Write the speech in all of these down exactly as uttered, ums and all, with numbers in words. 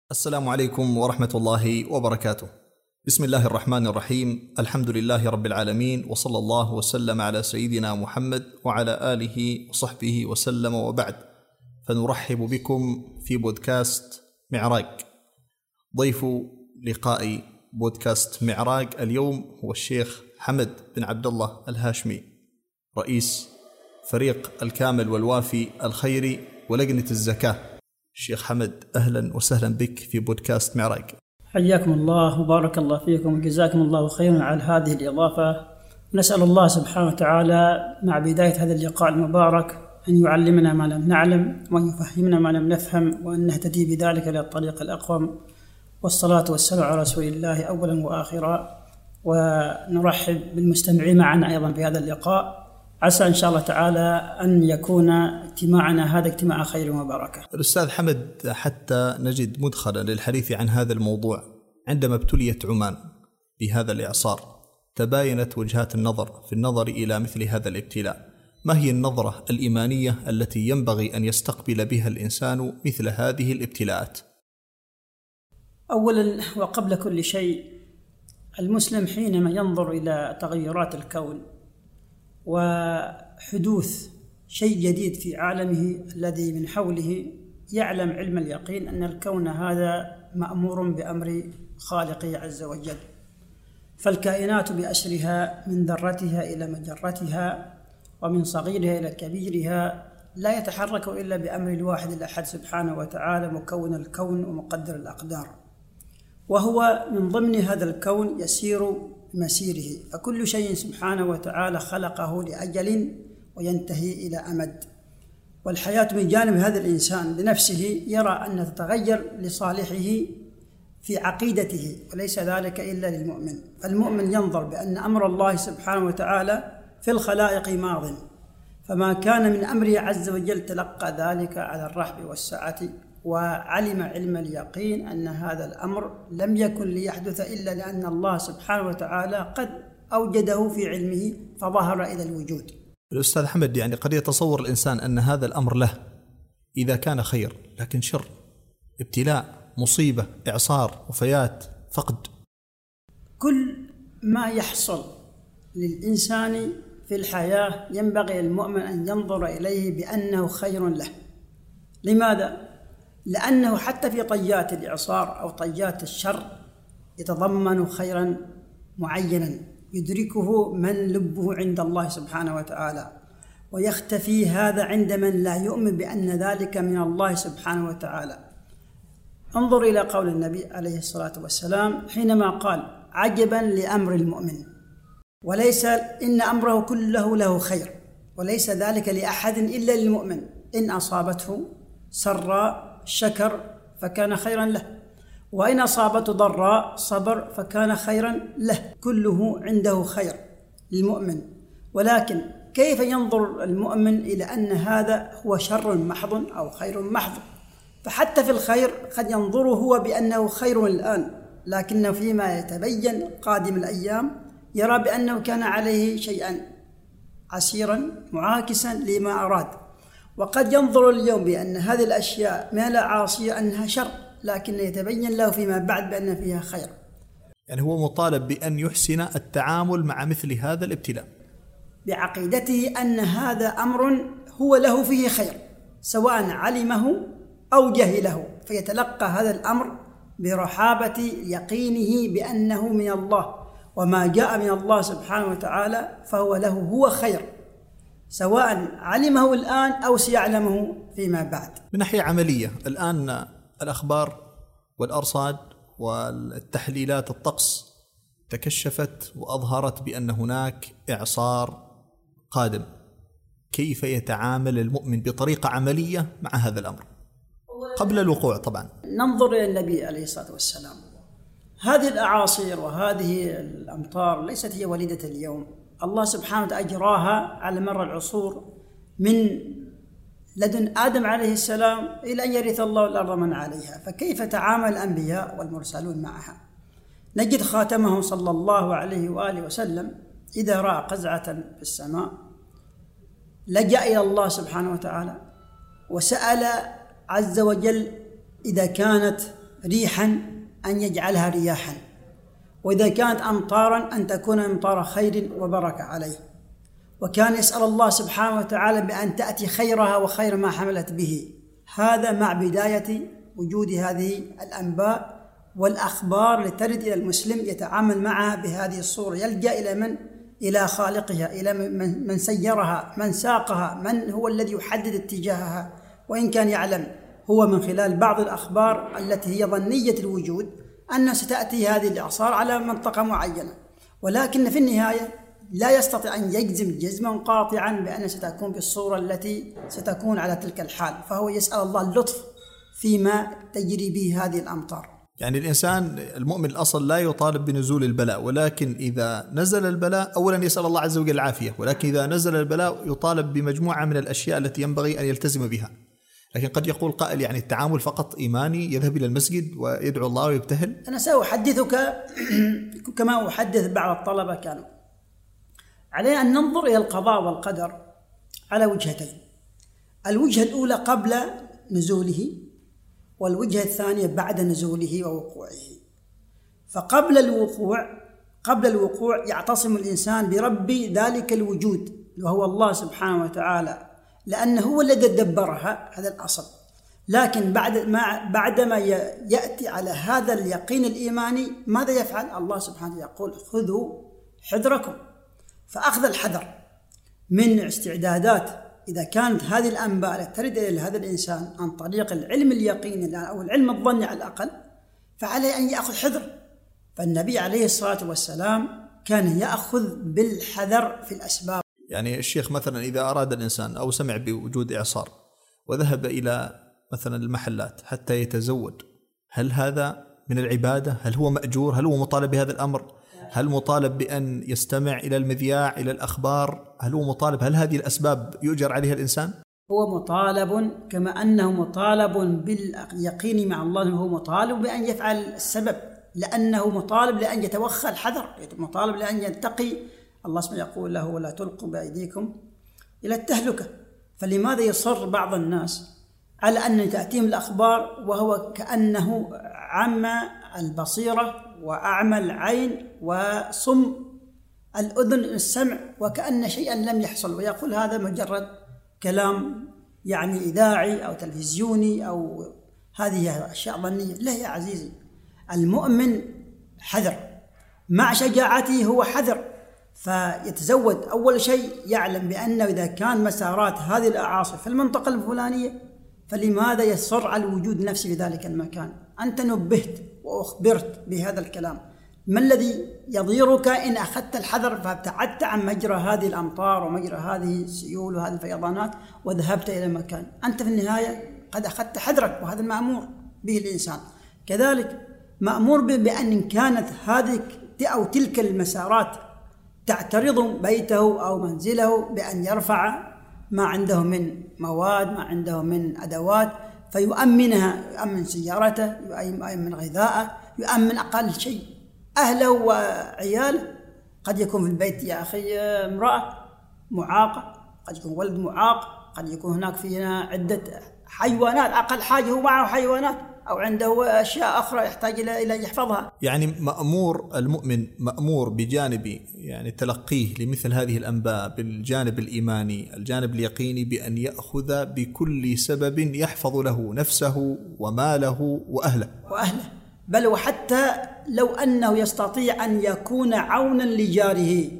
السلام عليكم ورحمة الله وبركاته. بسم الله الرحمن الرحيم. الحمد لله رب العالمين، وصلى الله وسلم على سيدنا محمد وعلى آله وصحبه وسلم، وبعد، فنرحب بكم في بودكاست معراج. ضيف لقاء بودكاست معراج اليوم هو الشيخ حمد بن عبد الله الهاشمي، رئيس فريق الكامل والوافي الخيري ولجنة الزكاة. الشيخ حمد، أهلا وسهلا بك في بودكاست معراج. حياكم الله وبارك الله فيكم وجزاكم الله خيرا على هذه الإضافة. نسأل الله سبحانه وتعالى مع بداية هذا اللقاء المبارك أن يعلمنا ما لم نعلم وأن يفهمنا ما لم نفهم وأن نهتدي بذلك إلى الطريق الأقوم، والصلاة والسلام على رسول الله أولا وآخرا. ونرحب بالمستمعين معنا أيضا في هذا اللقاء، عسى إن شاء الله تعالى أن يكون اجتماعنا هذا اجتماع خير وبركة. الأستاذ حمد، حتى نجد مدخلا للحديث عن هذا الموضوع، عندما ابتليت عمان بهذا الإعصار تباينت وجهات النظر في النظر إلى مثل هذا الابتلاء. ما هي النظرة الإيمانية التي ينبغي أن يستقبل بها الإنسان مثل هذه الابتلاءات؟ أولا وقبل كل شيء، المسلم حينما ينظر إلى تغيرات الكون وحدوث شيء جديد في عالمه الذي من حوله، يعلم علم اليقين أن الكون هذا مأمور بأمر خالقه عز وجل. فالكائنات بأسرها من ذرتها إلى مجرتها ومن صغيرها إلى كبيرها لا يتحرك إلا بأمر الواحد الأحد سبحانه وتعالى، مكون الكون ومقدر الأقدار، وهو من ضمن هذا الكون يسير بمسيره. فكل شيء سبحانه وتعالى خلقه لأجل وينتهي إلى أمد. والحياة من جانب هذا الإنسان بنفسه يرى أن تتغير لصالحه في عقيدته، وليس ذلك إلا للمؤمن. فالمؤمن ينظر بأن أمر الله سبحانه وتعالى في الخلائق ماض، فما كان من أمره عز وجل تلقى ذلك على الرحب والسعة، وعلم علم اليقين أن هذا الأمر لم يكن ليحدث إلا لأن الله سبحانه وتعالى قد أوجده في علمه فظهر إلى الوجود. الأستاذ حمد، يعني قد يتصور الإنسان أن هذا الأمر له إذا كان خير، لكن شر، ابتلاء، مصيبة، إعصار، وفيات، فقد. كل ما يحصل للإنسان في الحياة ينبغي المؤمن أن ينظر إليه بأنه خير له. لماذا؟ لأنه حتى في طيات الإعصار أو طيات الشر يتضمن خيرا معينا يدركه من لبه عند الله سبحانه وتعالى، ويختفي هذا عند من لا يؤمن بأن ذلك من الله سبحانه وتعالى. انظر إلى قول النبي عليه الصلاة والسلام حينما قال: عجبا لأمر المؤمن، وليس إن أمره كله له خير، وليس ذلك لأحد إلا للمؤمن. إن أصابته سراء شكر فكان خيرا له، وإن أصابته ضراء صبر فكان خيرا له. كله عنده خير للمؤمن. ولكن كيف ينظر المؤمن إلى أن هذا هو شر محض أو خير محض؟ فحتى في الخير قد ينظره هو بأنه خير الآن، لكنه فيما يتبين قادم الأيام يرى بأنه كان عليه شيئا عسيرا معاكسا لما أراد. وقد ينظر اليوم بأن هذه الأشياء من العاصية أنها شر، لكن يتبين له فيما بعد بأن فيها خير. يعني هو مطالب بأن يحسن التعامل مع مثل هذا الابتلاء بعقيدته أن هذا أمر هو له فيه خير، سواء علمه أو جهله، فيتلقى هذا الأمر برحابة يقينه بأنه من الله، وما جاء من الله سبحانه وتعالى فهو له هو خير، سواء علمه الآن أو سيعلمه فيما بعد. من ناحية عملية، الآن الأخبار والأرصاد والتحليلات الطقس تكشفت وأظهرت بأن هناك إعصار قادم. كيف يتعامل المؤمن بطريقة عملية مع هذا الأمر قبل الوقوع؟ طبعا ننظر إلى النبي عليه الصلاة والسلام. هذه الأعاصير وهذه الأمطار ليست هي وليدة اليوم، الله سبحانه وتعالى أجراها على مر العصور من لدن آدم عليه السلام إلى أن يرث الله الأرض من عليها. فكيف تعامل الأنبياء والمرسلون معها؟ نجد خاتمه صلى الله عليه وآله وسلم إذا رأى قزعة في السماء لجأ إلى الله سبحانه وتعالى وسأل عز وجل إذا كانت ريحا أن يجعلها رياحا، وإذا كانت أمطارا أن تكون أمطار خير وبركة عليه. وكان يسأل الله سبحانه وتعالى بأن تأتي خيرها وخير ما حملت به. هذا مع بداية وجود هذه الأنباء والأخبار لترد إلى المسلم يتعامل معها بهذه الصورة، يلجأ إلى من؟ إلى خالقها، إلى من سيرها، من ساقها، من هو الذي يحدد اتجاهها. وإن كان يعلم هو من خلال بعض الأخبار التي هي ظنية الوجود أن ستأتي هذه الإعصار على منطقة معينة، ولكن في النهاية لا يستطيع أن يجزم جزما قاطعا بأن ستكون بالصورة التي ستكون على تلك الحال، فهو يسأل الله اللطف فيما تجري به هذه الأمطار. يعني الإنسان المؤمن الأصل لا يطالب بنزول البلاء، ولكن إذا نزل البلاء أولا يسأل الله عز وجل العافية، ولكن إذا نزل البلاء يطالب بمجموعة من الأشياء التي ينبغي أن يلتزم بها. لكن قد يقول قائل يعني التعامل فقط إيماني، يذهب إلى المسجد ويدعو الله ويبتهل. أنا سأحدثك كما أحدث بعض الطلبة كانوا. علينا أن ننظر إلى القضاء والقدر على وجهتين، الوجهة الأولى قبل نزوله، والوجهة الثانية بعد نزوله ووقوعه. فقبل الوقوع قبل الوقوع يعتصم الإنسان برب ذلك الوجود وهو الله سبحانه وتعالى، لأنه هو الذي دبرها، هذا الأصل. لكن بعد ما بعدما يأتي على هذا اليقين الإيماني ماذا يفعل؟ الله سبحانه يقول خذوا حذركم. فأخذ الحذر من استعدادات إذا كانت هذه الأنباء التي ترد إلى هذا الإنسان عن طريق العلم اليقيني أو العلم الظني على الأقل، فعليه أن يأخذ حذر. فالنبي عليه الصلاة والسلام كان يأخذ بالحذر في الأسباب. يعني الشيخ مثلا إذا أراد الإنسان أو سمع بوجود إعصار وذهب إلى مثلا المحلات حتى يتزود، هل هذا من العبادة؟ هل هو مأجور؟ هل هو مطالب بهذا الأمر؟ هل مطالب بأن يستمع إلى المذياع إلى الأخبار؟ هل هو مطالب؟ هل هذه الأسباب يؤجر عليها الإنسان؟ هو مطالب كما أنه مطالب باليقين مع الله، هو مطالب بأن يفعل السبب، لأنه مطالب لأن يتوخى الحذر، مطالب لأن يتقي. الله سبحانه يقول له ولا تلقوا بأيديكم إلى التهلكة. فلماذا يصر بعض الناس على أن تأتيهم الأخبار وهو كأنه عمى البصيرة وأعمى العين وصم الأذن السمع وكأن شيئا لم يحصل، ويقول هذا مجرد كلام يعني إذاعي أو تلفزيوني أو هذه أشياء ظنية. لا يا عزيزي، المؤمن حذر مع شجاعته، هو حذر. فيتزود أول شيء يعلم بأنه إذا كان مسارات هذه الأعاصر في المنطقة الفلانية فلماذا يصر على الوجود نفسه في ذلك المكان؟ أنت نبهت وأخبرت بهذا الكلام، ما الذي يضيرك إن أخذت الحذر فابتعدت عن مجرى هذه الأمطار ومجرى هذه السيول وهذه الفيضانات وذهبت إلى مكان؟ أنت في النهاية قد أخذت حذرك، وهذا المأمور به الإنسان. كذلك مأمور بأن كانت هذه أو تلك المسارات تعترض بيته أو منزله بأن يرفع ما عنده من مواد، ما عنده من أدوات، فيؤمنها، يؤمن سيارته، يؤمن غذاءه، يؤمن أقل شيء أهله وعياله. قد يكون في البيت يا أخي امرأة معاقة، قد يكون ولد معاق، قد يكون هناك فينا عدة حيوانات، أقل حاجة هو معه حيوانات أو عنده أشياء أخرى يحتاج إلى يحفظها. يعني مأمور المؤمن مأمور بجانب يعني تلقيه لمثل هذه الأنباء بالجانب الإيماني، الجانب اليقيني، بأن يأخذ بكل سبب يحفظ له نفسه وماله وأهله وأهله بل وحتى لو أنه يستطيع أن يكون عونا لجاره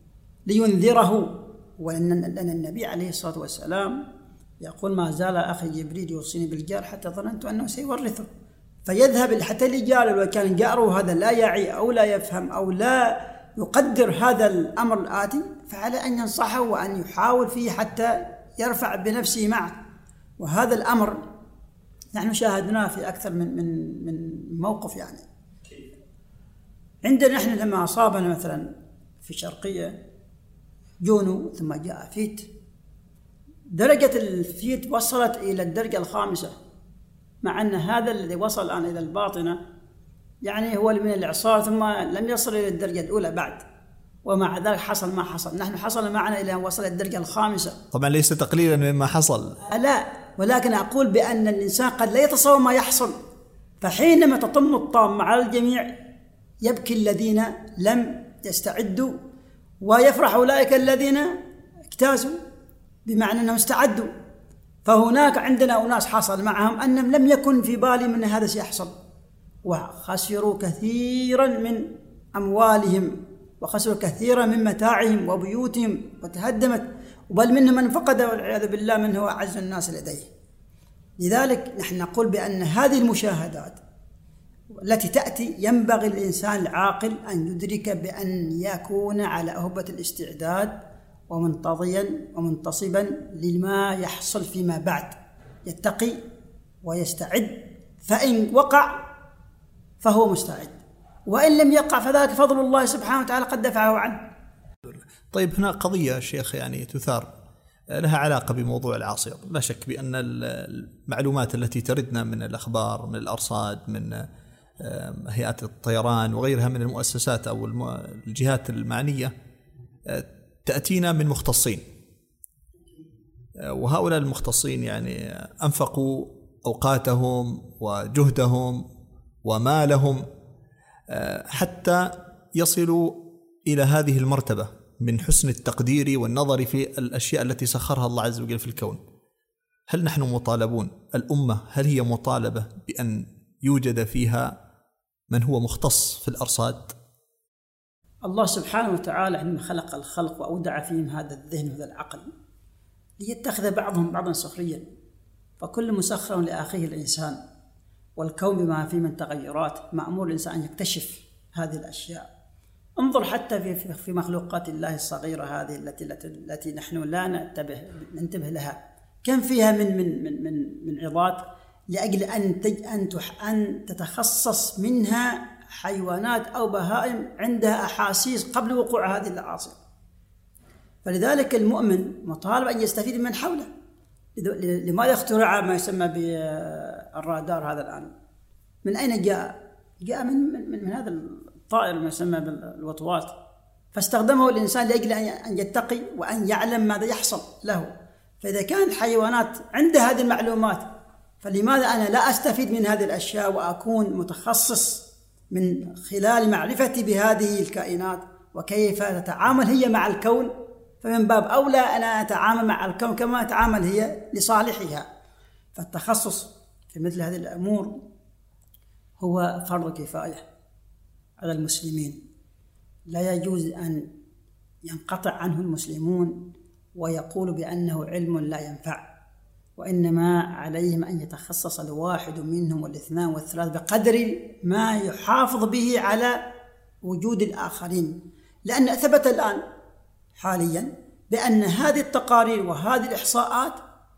لينذره. وأن النبي عليه الصلاة والسلام يقول ما زال أخي جبريل يوصيني بالجار حتى ظننت أنه سيورثه، فيذهب حتى لجاره، لو كان جاره هذا لا يعي أو لا يفهم أو لا يقدر هذا الأمر الآتي، فعلى أن ينصحه وأن يحاول فيه حتى يرفع بنفسه معه. وهذا الأمر نحن شاهدناه في أكثر من من من موقف. يعني عندنا نحن لما أصابنا مثلا في الشرقية جونو ثم جاء فيت، درجة الفيت وصلت إلى الدرجة الخامسة، مع أن هذا الذي وصل الآن إلى الباطنة يعني هو من الإعصار ثم لم يصل إلى الدرجة الأولى بعد، ومع ذلك حصل ما حصل. نحن حصل معنا إلى أن وصل الدرجة الخامسة، طبعا ليس تقليلا مما حصل، لا، ولكن أقول بأن الإنسان قد لا يتصور ما يحصل، فحينما تطم الطامة على الجميع يبكي الذين لم يستعدوا ويفرح أولئك الذين اجتازوا، بمعنى أنهم استعدوا. فهناك عندنا أناس حصل معهم أنهم لم يكن في بالي من هذا سيحصل، وخسروا كثيرا من أموالهم وخسروا كثيرا من متاعهم وبيوتهم وتهدمت، بل منهم من فقد والعياذ بالله من هو أعز الناس لديه. لذلك نحن نقول بأن هذه المشاهدات التي تأتي ينبغي الإنسان العاقل أن يدرك بأن يكون على أهبة الاستعداد ومنتظيا ومنتصبا لما يحصل فيما بعد، يتقي ويستعد، فإن وقع فهو مستعد، وإن لم يقع فذلك فضل الله سبحانه وتعالى قد دفعه عنه. طيب هنا قضية شيخ يعني تثار لها علاقة بموضوع العاصفة. لا شك بأن المعلومات التي تردنا من الأخبار من الأرصاد من هيئات الطيران وغيرها من المؤسسات أو الجهات المعنية تأتينا من مختصين، وهؤلاء المختصين يعني أنفقوا أوقاتهم وجهدهم ومالهم حتى يصلوا إلى هذه المرتبة من حسن التقدير والنظر في الأشياء التي سخرها الله عز وجل في الكون. هل نحن مطالبون، الأمة هل هي مطالبة بأن يوجد فيها من هو مختص في الأرصاد؟ الله سبحانه وتعالى عندما خلق الخلق وأودع فيهم هذا الذهن وهذا العقل ليتخذ بعضهم بعضا سخريا، فكل مسخر لأخيه الإنسان، والكون بما فيه من تغيرات مأمور الإنسان أن يكتشف هذه الأشياء. انظر حتى في في مخلوقات الله الصغيرة هذه التي التي نحن لا ننتبه ننتبه لها، كم فيها من من من من, من عظات لأجل أن أن أن تتخصص منها حيوانات أو بهائم عندها أحاسيس قبل وقوع هذه العاصفة. فلذلك المؤمن مطالب أن يستفيد من حوله. لماذا اخترع ما يسمى بالرادار هذا الآن؟ من أين جاء؟ جاء من من, من هذا الطائر ما يسمى بالوطواط، فاستخدمه الإنسان لأجل أن يتقي وأن يعلم ماذا يحصل له. فإذا كانت الحيوانات عندها هذه المعلومات، فلماذا أنا لا أستفيد من هذه الأشياء وأكون متخصص من خلال معرفتي بهذه الكائنات وكيف تتعامل هي مع الكون؟ فمن باب أولى أنا أتعامل مع الكون كما أتعامل هي لصالحها. فالتخصص في مثل هذه الأمور هو فرض كفاية على المسلمين، لا يجوز أن ينقطع عنه المسلمون ويقول بأنه علم لا ينفع، وإنما عليهم أن يتخصص الواحد منهم والاثنان والثلاث بقدر ما يحافظ به على وجود الآخرين. لأن ثبت الآن حاليا بأن هذه التقارير وهذه الإحصاءات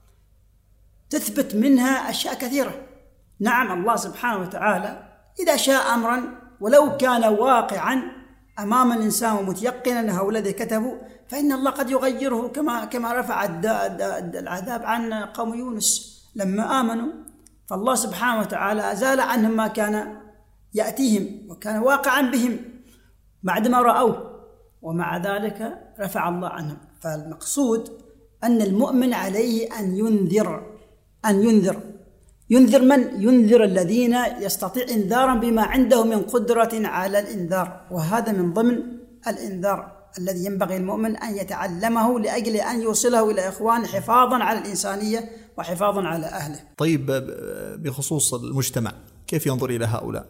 تثبت منها أشياء كثيرة. نعم الله سبحانه وتعالى إذا شاء أمرا ولو كان واقعا أمام الإنسان ومتيقنا هؤلاء الذين كتبوا، فإن الله قد يغيره كما كما رفع العذاب عن قوم يونس لما آمنوا، فالله سبحانه وتعالى أزال عنهم ما كان يأتيهم وكان واقعا بهم بعدما رأوه، ومع ذلك رفع الله عنهم. فالمقصود أن المؤمن عليه أن ينذر أن ينذر ينذر من؟ ينذر الذين يستطيع إنذارا بما عنده من قدرة على الإنذار، وهذا من ضمن الإنذار الذي ينبغي المؤمن أن يتعلمه لأجل أن يوصله إلى إخوان حفاظا على الإنسانية وحفاظا على أهله. طيب بخصوص المجتمع كيف ينظر إلى هؤلاء؟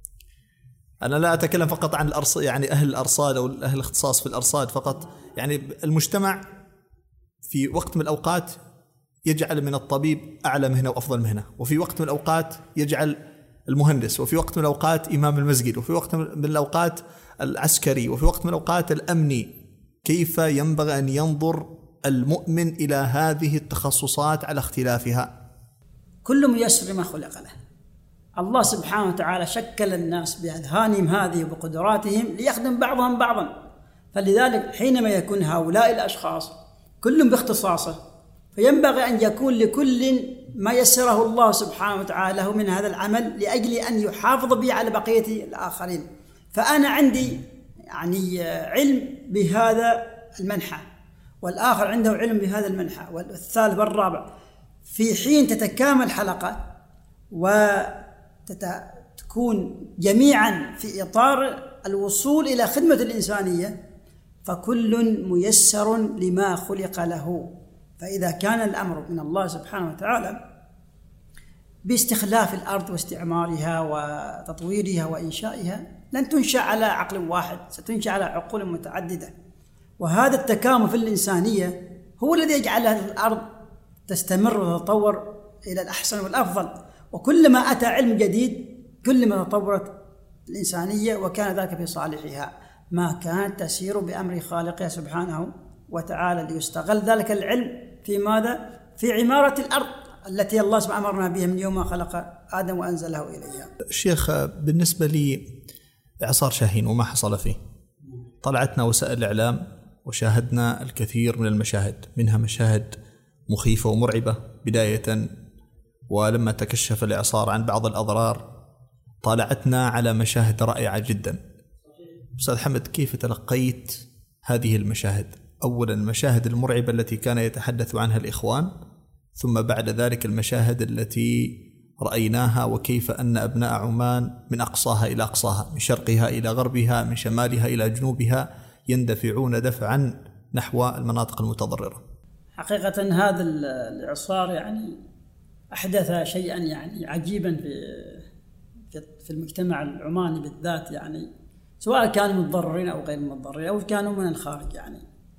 أنا لا أتكلم فقط عن الأرصاد، يعني أهل الأرصاد أو أهل الاختصاص في الأرصاد فقط، يعني المجتمع في وقت من الأوقات يجعل من الطبيب أعلى مهنة وأفضل مهنة، وفي وقت من الأوقات يجعل المهندس، وفي وقت من الأوقات إمام المسجد، وفي وقت من الأوقات العسكري، وفي وقت من الأوقات الأمني. كيف ينبغي أن ينظر المؤمن إلى هذه التخصصات على اختلافها؟ كل ميسر ما خلق له. الله سبحانه وتعالى شكل الناس بأذهانهم هذه وبقدراتهم ليخدم بعضهم بعضا، فلذلك حينما يكون هؤلاء الأشخاص كل باختصاصه فينبغي أن يكون لكل ما يسره الله سبحانه وتعالى له من هذا العمل لأجل أن يحافظ به على بقية الآخرين. فأنا عندي يعني علم بهذا المنحى، والآخر عنده علم بهذا المنحى، والثالث والرابع. في حين تتكامل حلقة وتتكامل تكون جميعا في إطار الوصول إلى خدمة الإنسانية، فكل ميسر لما خلق له. فإذا كان الأمر من الله سبحانه وتعالى باستخلاف الأرض واستعمارها وتطويرها وإنشائها، لن تنشأ على عقل واحد، ستنشأ على عقول متعددة. وهذا التكامل في الإنسانية هو الذي يجعل الأرض تستمر وتتطور إلى الأحسن والأفضل. وكلما أتى علم جديد كلما تطورت الإنسانية، وكان ذلك في صالحها، ما كانت تسير بأمر خالقها سبحانه وتعالى، ليستغل ذلك العلم في ماذا؟ في عمارة الأرض التي الله سبحانه أمرنا بها من يوم ما خلق آدم وأنزله إليها. الشيخ، بالنسبة لي إعصار شاهين وما حصل فيه، طلعتنا وسائل الإعلام وشاهدنا الكثير من المشاهد، منها مشاهد مخيفة ومرعبة بداية، ولما تكشف الإعصار عن بعض الأضرار طالعتنا على مشاهد رائعة جدا. أستاذ حمد، كيف تلقيت هذه المشاهد؟ أولا المشاهد المرعبة التي كان يتحدث عنها الإخوان، ثم بعد ذلك المشاهد التي رأيناها، وكيف أن أبناء عمان من أقصاها إلى أقصاها، من شرقها إلى غربها، من شمالها إلى جنوبها، يندفعون دفعا نحو المناطق المتضررة. حقيقة هذا الإعصار يعني أحدث شيئا يعني عجيبا في في المجتمع العماني بالذات، يعني سواء كانوا متضررين أو غير متضررين أو كانوا من الخارج. يعني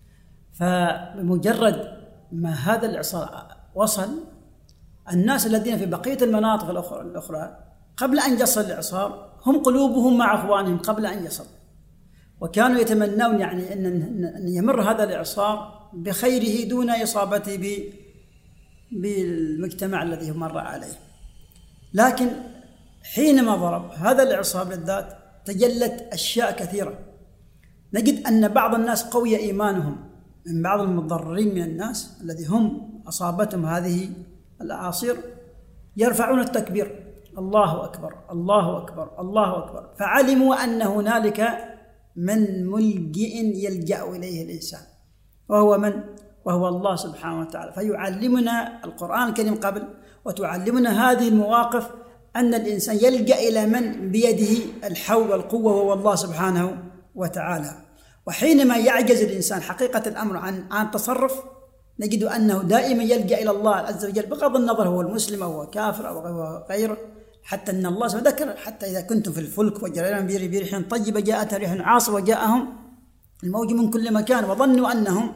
فبمجرد ما هذا الإعصار وصل، الناس الذين في بقية المناطق الأخرى, الأخرى قبل أن يصل الإعصار هم قلوبهم مع أخوانهم قبل أن يصل، وكانوا يتمنون يعني أن يمر هذا الإعصار بخيره دون إصابته بالمجتمع الذي مر عليه. لكن حينما ضرب هذا الإعصار بالذات تجلت أشياء كثيرة. نجد أن بعض الناس قوي إيمانهم من بعض المتضررين من الناس الذي هم أصابتهم هذه الأعاصير يرفعون التكبير، الله أكبر الله أكبر الله أكبر، فعلموا أن هنالك من ملجئ يلجأ إليه الإنسان، وهو من؟ وهو الله سبحانه وتعالى. فيعلمنا القرآن الكريم قبل وتعلمنا هذه المواقف أن الإنسان يلجأ إلى من بيده الحول والقوة، وهو الله سبحانه وتعالى. وحينما يعجز الإنسان حقيقة الأمر عن عن التصرف، نجد أنه دائما يلجأ إلى الله عز وجل، بغض النظر هو المسلم أو كافر أو غيره. حتى أن الله سبحانه ذكر: حتى إذا كنتم في الفلك وجرينا بريح طيبة جاءتها ريح عاصف وجاءهم الموج من كل مكان وظنوا أنهم،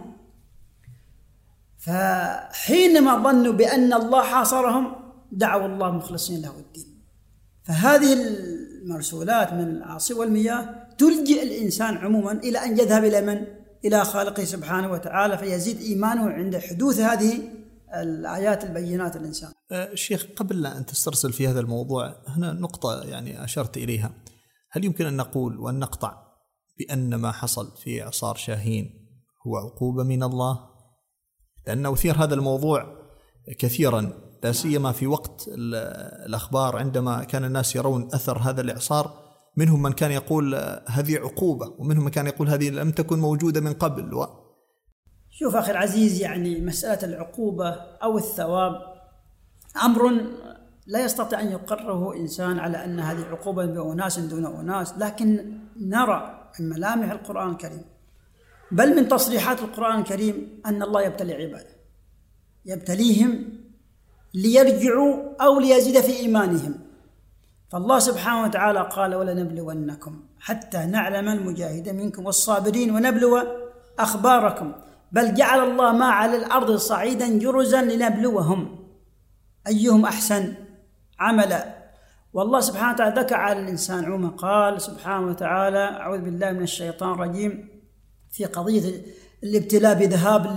فحينما ظنوا بأن الله حاصرهم دعوا الله مخلصين له الدين. فهذه المرسولات من الأعاصير والمياه تلجئ الإنسان عموما إلى أن يذهب إلى من؟ إلى خالقه سبحانه وتعالى، فيزيد إيمانه عند حدوث هذه الآيات البينات الإنسان. الشيخ، قبل أن تسترسل في هذا الموضوع، هنا نقطة يعني أشرت إليها. هل يمكن أن نقول وأن نقطع بأن ما حصل في إعصار شاهين هو عقوبة من الله؟ لأنه أثير هذا الموضوع كثيرا، لا سيما في وقت الأخبار عندما كان الناس يرون أثر هذا الإعصار. منهم من كان يقول هذه عقوبة، ومنهم من كان يقول هذه لم تكن موجودة من قبل. و... شوف أخي العزيز، يعني مسألة العقوبة أو الثواب أمر لا يستطيع أن يقرره إنسان على أن هذه عقوبة بأناس دون أناس، لكن نرى من ملامح القرآن الكريم بل من تصريحات القرآن الكريم أن الله يبتلي عباده، يبتليهم ليرجعوا أو ليزيد في إيمانهم. فالله سبحانه وتعالى قال: ولنبلونكم حتى نعلم المجاهد منكم والصابرين ونبلو أخباركم. بل جعل الله ما على الأرض صعيدا جرزا لنبلوهم أيهم أحسن عملا. والله سبحانه وتعالى ذكر على الإنسان عموما، قال سبحانه وتعالى: أعوذ بالله من الشيطان الرجيم، في قضية الابتلاء بذهاب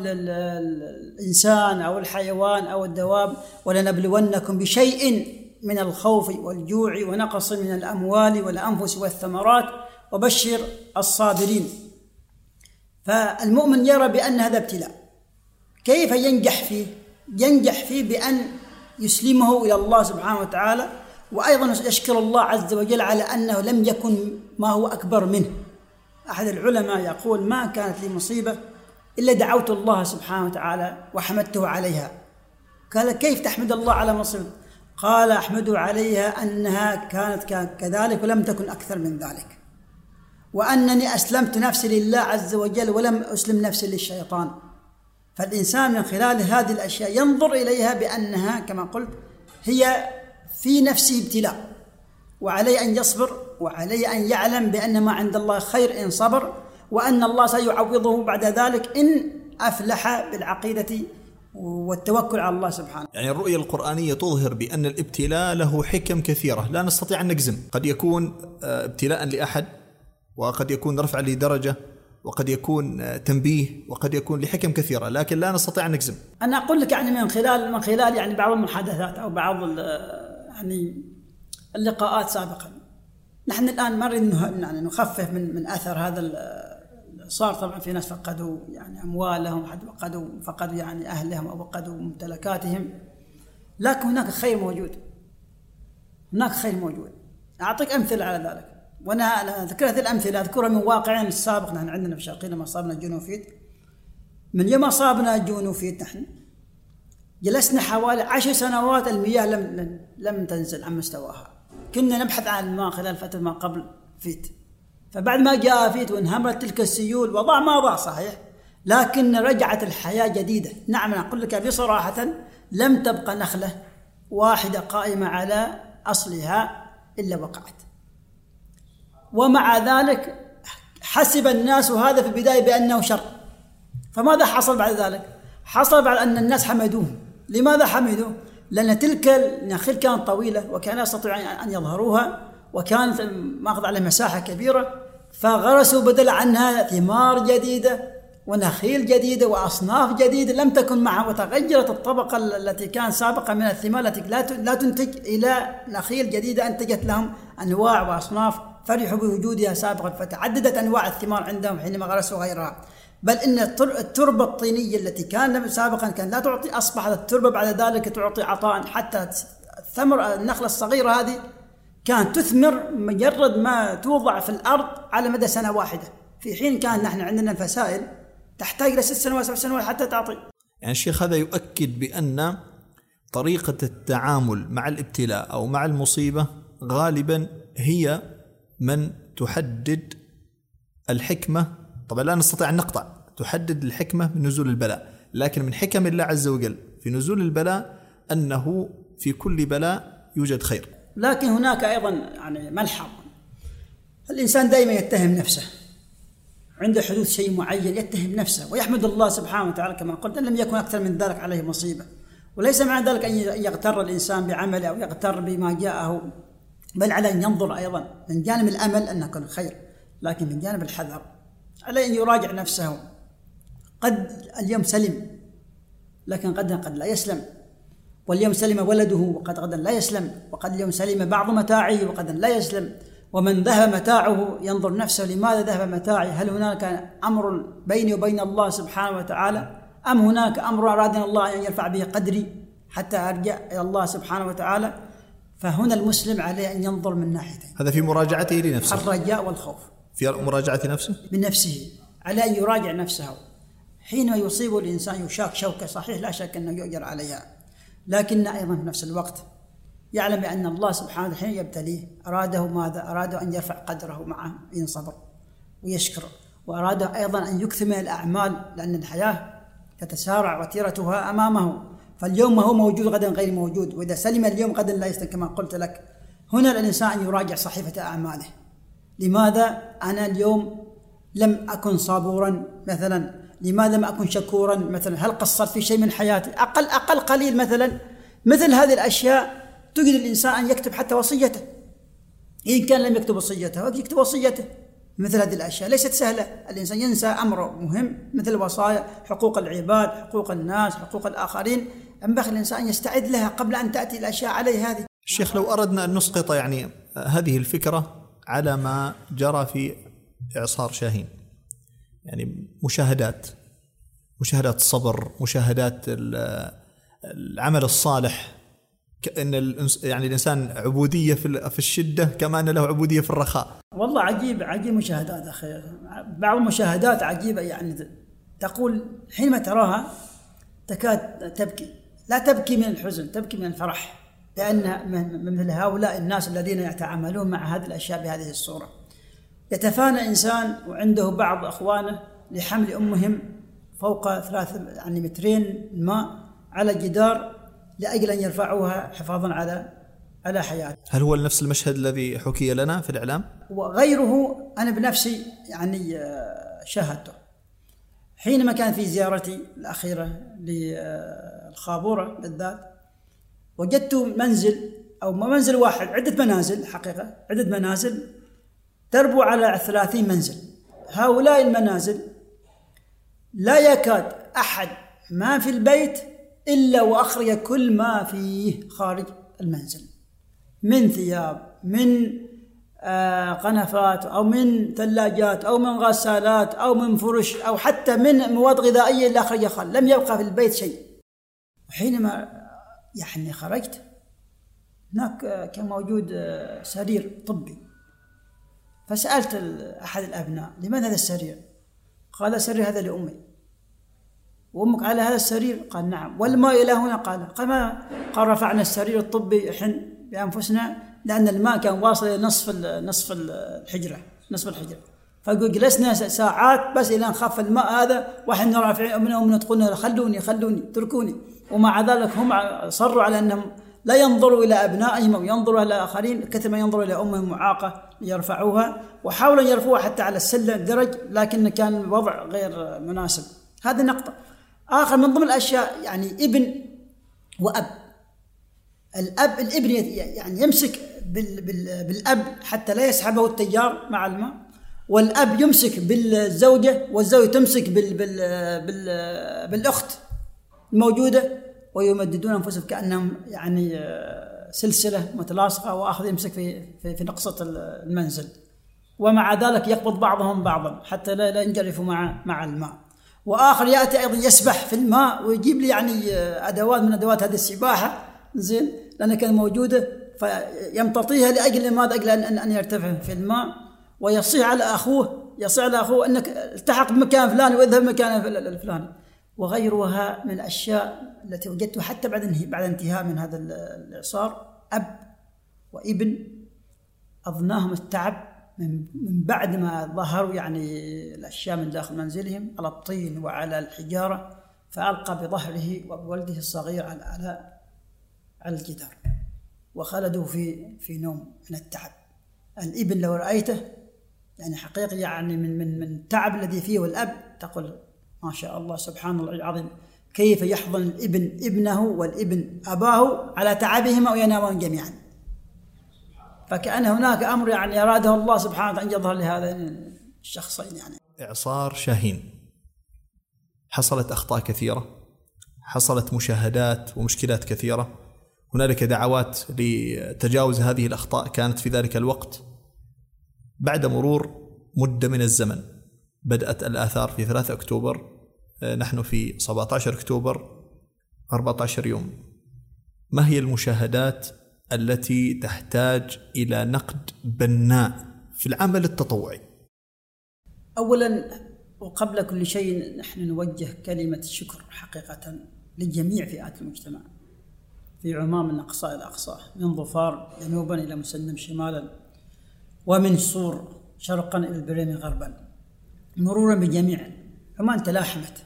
الإنسان أو الحيوان أو الدواب: ولنبلونكم بشيء من الخوف والجوع ونقص من الأموال والأنفس والثمرات وبشر الصابرين. فالمؤمن يرى بأن هذا ابتلاء. كيف ينجح فيه؟ ينجح فيه بأن يسلمه إلى الله سبحانه وتعالى، وأيضا يشكر الله عز وجل على أنه لم يكن ما هو أكبر منه. أحد العلماء يقول: ما كانت لي مصيبة إلا دعوت الله سبحانه وتعالى وحمدته عليها. قال: كيف تحمد الله على مصيبة؟ قال أحمدوا عليها أنها كانت كذلك ولم تكن أكثر من ذلك، وأنني أسلمت نفسي لله عز وجل ولم أسلم نفسي للشيطان. فالإنسان من خلال هذه الأشياء ينظر إليها بأنها كما قلت هي في نفسه ابتلاء، وعليه أن يصبر، وعليه أن يعلم بأن ما عند الله خير إن صبر، وأن الله سيعوضه بعد ذلك إن أفلح بالعقيدة والتوكل على الله سبحانه. يعني الرؤية القرآنية تظهر بأن الابتلاء له حكم كثيرة لا نستطيع أن نجزم، قد يكون ابتلاء لأحد، وقد يكون رفع لدرجة، وقد يكون تنبيه، وقد يكون لحكم كثيرة، لكن لا نستطيع أن نجزم. أنا أقول لك يعني من خلال من خلال يعني بعض المحادثات أو بعض يعني اللقاءات سابقا، نحن الآن نريد يعني نخفف من من أثر هذا صار. طبعا في ناس فقدوا يعني أموالهم، حد فقدوا فقدوا يعني أهلهم أو فقدوا ممتلكاتهم، لكن هناك خير موجود، هناك خير موجود. أعطيك أمثلة على ذلك، وأنا ذكرت الأمثلة أذكرها من واقعنا السابق. نحن عندنا في شرقية لما أصابنا الجنوفيت، من يوم أصابنا الجنوفيت نحن جلسنا حوالي عشر سنوات المياه لم لم تنزل عن مستواها. كنا نبحث عن الماء خلال فترة ما قبل فيت، فبعد ما جاء فيت وانهمرت تلك السيول وضاع ما ضاع صحيح، لكن رجعت الحياة جديدة. نعم أقول لك بصراحة لم تبقى نخلة واحدة قائمة على أصلها إلا وقعت. ومع ذلك حسب الناس هذا في البداية بأنه شر، فماذا حصل بعد ذلك؟ حصل بعد أن الناس حمدوه. لماذا حمدوه؟ لأن تلك النخيل كانت طويلة وكان يستطيع أن يظهروها، وكانت ماخذ على مساحة كبيرة، فغرسوا بدل عنها ثمار جديدة ونخيل جديدة وأصناف جديدة لم تكن معها، وتغيرت الطبقة التي كان سابقا من الثمار التي لا تنتج إلى نخيل جديدة أنتجت لهم أنواع وأصناف فرحوا بوجودها سابقا، فتعددت أنواع الثمار عندهم حينما غرسوا غيرها. بل إن التربة الطينية التي كان سابقا كان لا تعطي، أصبحت التربة بعد ذلك تعطي عطاء، حتى الثمر النخلة الصغيرة هذه كانت تثمر مجرد ما توضع في الأرض على مدى سنة واحدة، في حين كان نحن عندنا الفسائل تحتاج إلى ست سنوات سبع سنوات حتى تعطي. يعني الشيخ هذا يؤكد بأن طريقة التعامل مع الابتلاء أو مع المصيبة غالبا هي من تحدد الحكمة. طبعا لا نستطيع أن نقطع، تحدد الحكمة من نزول البلاء، لكن من حكم الله عز وجل في نزول البلاء أنه في كل بلاء يوجد خير. لكن هناك أيضا يعني ملحظ، الإنسان دائما يتهم نفسه عند حدوث شيء معين، يتهم نفسه ويحمد الله سبحانه وتعالى كما قلت أن لم يكن أكثر من ذلك عليه مصيبة. وليس معنى ذلك أن يغتر الإنسان بعمله أو يغتر بما جاءه، بل على أن ينظر أيضا من جانب الأمل أن يكون خير، لكن من جانب الحذر عليه أن يراجع نفسه. قد اليوم سلم لكن قد قد لا يسلم، واليوم سلم ولده وقد غدا لا يسلم، وقد اليوم سلم بعض متاعه وقد لا يسلم. ومن ذهب متاعه ينظر نفسه، لماذا ذهب متاعي؟ هل هناك أمر بيني وبين الله سبحانه وتعالى، أم هناك أمر أرادنا الله أن يرفع به قدري حتى أرجع إلى الله سبحانه وتعالى؟ فهنا المسلم عليه أن ينظر من ناحيتين، هذا في مراجعته لنفسه، الرجاء والخوف. في مراجعة نفسه من نفسه، على أن يراجع نفسه حينما يصيب الإنسان يشاك شوكة، صحيح لا شك أنه يؤجر عليها، لكن أيضا في نفس الوقت يعلم بأن الله سبحانه حين يبتليه أراده ماذا؟ أراده أن يرفع قدره معه إن صبر ويشكر، وأراده أيضا أن يكثر من الأعمال، لأن الحياة تتسارع وتيرتها أمامه، فاليوم هو موجود غدا غير موجود، وإذا سلم اليوم غدا لا يسلم كما قلت لك. هنا الإنسان يراجع صحيفة أعماله، لماذا أنا اليوم لم أكن صبورا مثلا؟ لماذا ما أكون شكورا مثلا؟ هل قصرت في شيء من حياتي؟ أقل أقل قليل مثلا. مثل هذه الأشياء تجد الإنسان أن يكتب حتى وصيته، إن كان لم يكتب وصيته يكتب وصيته. مثل هذه الأشياء ليست سهلة، الإنسان ينسى أمر مهم مثل الوصايا، حقوق العباد، حقوق الناس، حقوق الآخرين، ينبغي الإنسان أن يستعد لها قبل أن تأتي الأشياء عليه هذه. الشيخ لو أردنا أن نسقط يعني هذه الفكرة على ما جرى في إعصار شاهين، يعني مشاهدات مشاهدات الصبر، مشاهدات العمل الصالح، كأن يعني الإنسان عبودية في الشدة كما أن له عبودية في الرخاء. والله عجيب عجيب مشاهدات أخي، بعض المشاهدات عجيبة، يعني تقول حينما تراها تكاد تبكي، لا تبكي من الحزن، تبكي من الفرح لأن من مثل هؤلاء الناس الذين يتعاملون مع هذه الأشياء بهذه الصورة. يتفانى إنسان وعنده بعض أخوانه لحمل أمهم فوق ثلاثة يعني مترين ماء على جدار لأجل أن يرفعوها حفاظا على على حياته. هل هو نفس المشهد الذي حكي لنا في الإعلام؟ وغيره أنا بنفسي يعني شاهدته حينما كان في زيارتي الأخيرة للخابورة بالذات. وجدت منزل أو منزل واحد، عدة منازل حقيقة، عدة منازل تربو على ثلاثين منزل. هؤلاء المنازل لا يكاد أحد ما في البيت إلا وأخرج كل ما فيه خارج المنزل من ثياب، من آه قنفات، أو من ثلاجات، أو من غسالات، أو من فرش، أو حتى من مواد غذائية اللي أخرج خال، لم يبقى في البيت شيء. وحينما يعني خرجت هناك كان موجود سرير طبي، فسألت أحد الأبناء لماذا هذا السرير؟ قال السرير هذا لأمي. وأمك على هذا السرير؟ قال نعم. والماء إلى هنا؟ قال قال ما قال رفعنا السرير الطبي إحنا بأنفسنا لأن الماء كان واصل إلى نصف نصف الحجرة نصف الحجرة فقل جلسنا ساعات بس إلى أن خف الماء هذا وإحنا رافعين أمنا ونتقولنا خلوني خلوني تركوني. ومع ذلك هم صروا على أنهم لا ينظروا إلى أبنائهم أو ينظروا إلى آخرين كثر ما ينظروا إلى أمهم معاقة ليرفعوها، وحاولوا أن يرفعوها حتى على السلم الدرج لكن كان الوضع غير مناسب. هذه نقطة. آخر من ضمن الأشياء يعني ابن وأب. الأب الابن يعني يمسك بال بال بالأب حتى لا يسحبه التيار مع الماء، والأب يمسك بالزوجة والزوجة تمسك بال بال بال بالأخت الموجودة، ويمددون أنفسهم كأنهم يعني سلسلة متلاصقة وآخذ يمسك في في, في نقصة المنزل، ومع ذلك يقبض بعضهم بعضا حتى لا لا ينجرفوا مع مع الماء. وآخر يأتي أيضا يسبح في الماء ويجيب لي يعني أدوات من أدوات هذه السباحة زين لأنها كانت موجودة فيمتطيها لأجل ماذا؟ أجل أن أن يرتفع في الماء ويصيح على أخوه يصيح على أخوه أنك التحق بمكان فلاني واذهب مكان الفلاني وغيرها من الأشياء التي وجدتها حتى بعد بعد انتهاء من هذا الإعصار. أب وابن أضناهم التعب من بعد ما ظهروا يعني الأشياء من داخل منزلهم على الطين وعلى الحجارة، فألقى بظهره وبولده الصغير على على على الجدار وخلدوا في في نوم من التعب. الابن لو رأيته يعني حقيقة يعني من من من التعب الذي فيه، والأب تقول ما شاء الله سبحان الله العظيم كيف يحضن الابن ابنه والابن أباه على تعبهما وينامان جميعا. فكأن هناك أمر يعني أراده الله سبحانه وتعالى أن يظهر لهذين الشخصين. يعني إعصار شاهين حصلت أخطاء كثيرة، حصلت مشاهدات ومشكلات كثيرة، هنالك دعوات لتجاوز هذه الأخطاء كانت في ذلك الوقت. بعد مرور مدة من الزمن بدأت الآثار في ثلاثة أكتوبر، نحن في سبعة عشر أكتوبر، أربعة عشر يوم. ما هي المشاهدات التي تحتاج إلى نقد بناء في العمل التطوعي؟ أولا وقبل كل شيء نحن نوجه كلمة الشكر حقيقة لجميع فئات المجتمع في عمان من أقصى إلى أقصى، من ظفار جنوبا إلى مسلم شمالا، ومن صور شرقا إلى البريمي غربا، مرورا بجميع عمان. تلاحمت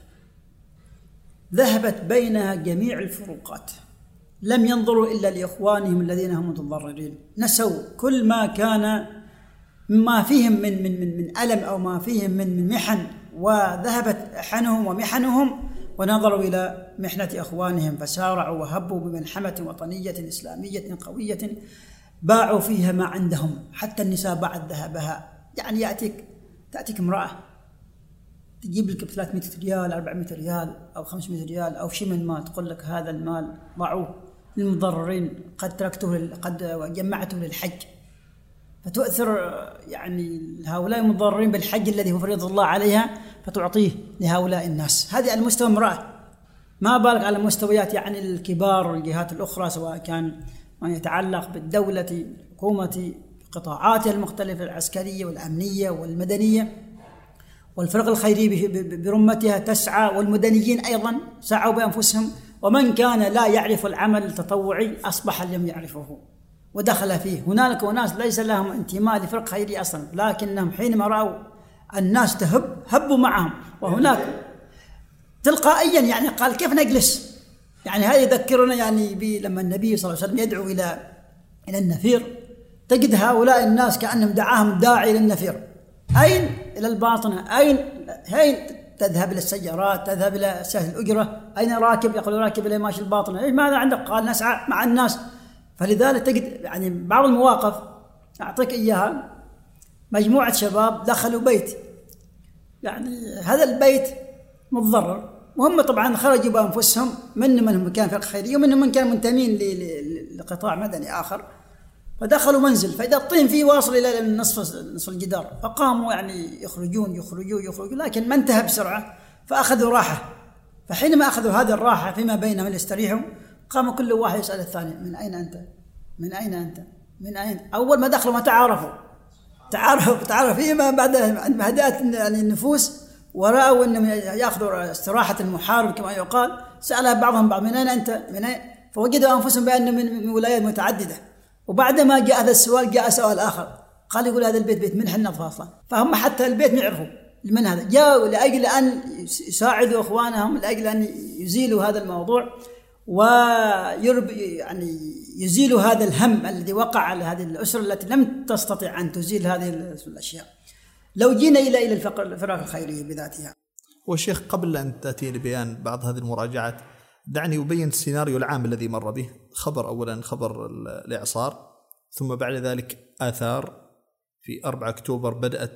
ذهبت بينها جميع الفروقات، لم ينظروا إلا لإخوانهم الذين هم متضررين، نسوا كل ما كان ما فيهم من من من من ألم أو ما فيهم من من محن، وذهبت حنهم ومحنهم ونظروا إلى محنة أخوانهم فسارعوا وهبوا بملحمة وطنية إسلامية قوية باعوا فيها ما عندهم، حتى النساء بعد ذهبها. يعني يأتيك تأتيك امرأة تجيب لك ثلاثمائة ريال أربعمائة ريال أو خمسمائة ريال أو شيء من مال، تقول لك هذا المال ضعوه للمضررين، قد تركته قد جمعته للحج، فتؤثر يعني هؤلاء المضررين بالحج الذي هو فريضة الله عليها فتعطيه لهؤلاء الناس. هذه على مستوى امرأة، ما بالك على مستويات يعني الكبار والجهات الأخرى، سواء كان ما يتعلق بالدولة الحكومة قطاعاتها المختلفة العسكرية والأمنية والمدنية، والفرق الخيرية برمتها تسعى، والمدنيين أيضا سعوا بأنفسهم ومن كان لا يعرف العمل التطوعي أصبح اليوم يعرفه ودخل فيه. هنالك أناس ليس لهم انتماء لفرق خيرية أصلا، لكنهم حينما رأوا الناس تهب هبوا معهم. وهناك تلقائيا يعني قال كيف نجلس؟ يعني هذا يذكرنا يعني لما النبي صلى الله عليه وسلم يدعو إلى إلى النفير، تجد هؤلاء الناس كأنهم دعاهم داعي إلى النفير. أين؟ إلى الباطنة. أين؟ أين تذهب إلى السيارات، تذهب إلى سهل الأجرة. أين راكب؟ يقول راكب إلى ماشي الباطنة. إيه ماذا عندك؟ قال نسعى مع الناس. فلذلك تجد يعني بعض المواقف أعطيك إياها، مجموعة شباب دخلوا بيت، يعني هذا البيت متضرر، وهم طبعا خرجوا بأنفسهم، من منهم كان فرق خيري ومنهم من كان منتمين لقطاع مدني آخر، فدخلوا منزل فإذا الطين فيه واصل إلى نصف نصف الجدار، فقاموا يعني يخرجون يخرجون يخرجون لكن ما انتهى بسرعة، فأخذوا راحة. فحينما أخذوا هذه الراحة فيما بينهم يستريحوا، قام كل واحد يسأل الثاني من أين أنت؟ من أين أنت؟ من أين؟ أول ما دخلوا ما تعارفوا تعارفوا تعارف فيما بعد عندما هدأت يعني النفوس ورأوا أنهم يأخذوا استراحة المحارب كما يقال، سألها بعضهم بعض من أين أنت؟ من أين؟ فوجدوا أنفسهم بأنهم من ولايات متعددة. وبعدما جاء هذا السؤال جاء سؤال آخر، قال يقول هذا البيت بيت من حنا فاصلة، فهم حتى البيت ما يعرفوا من هذا، جاءوا لأجل أن يساعدوا إخوانهم، لأجل أن يزيلوا هذا الموضوع ويرب يعني يزيلوا هذا الهم الذي وقع على هذه الأسرة التي لم تستطع أن تزيل هذه الأشياء. لو جينا إلى إلى الفرق الخيرية بذاتها. والشيخ قبل أن تأتي لبيان بعض هذه المراجعات دعني أبين السيناريو العام الذي مر به. خبر أولا خبر الإعصار، ثم بعد ذلك آثار. في أربعة أكتوبر بدأت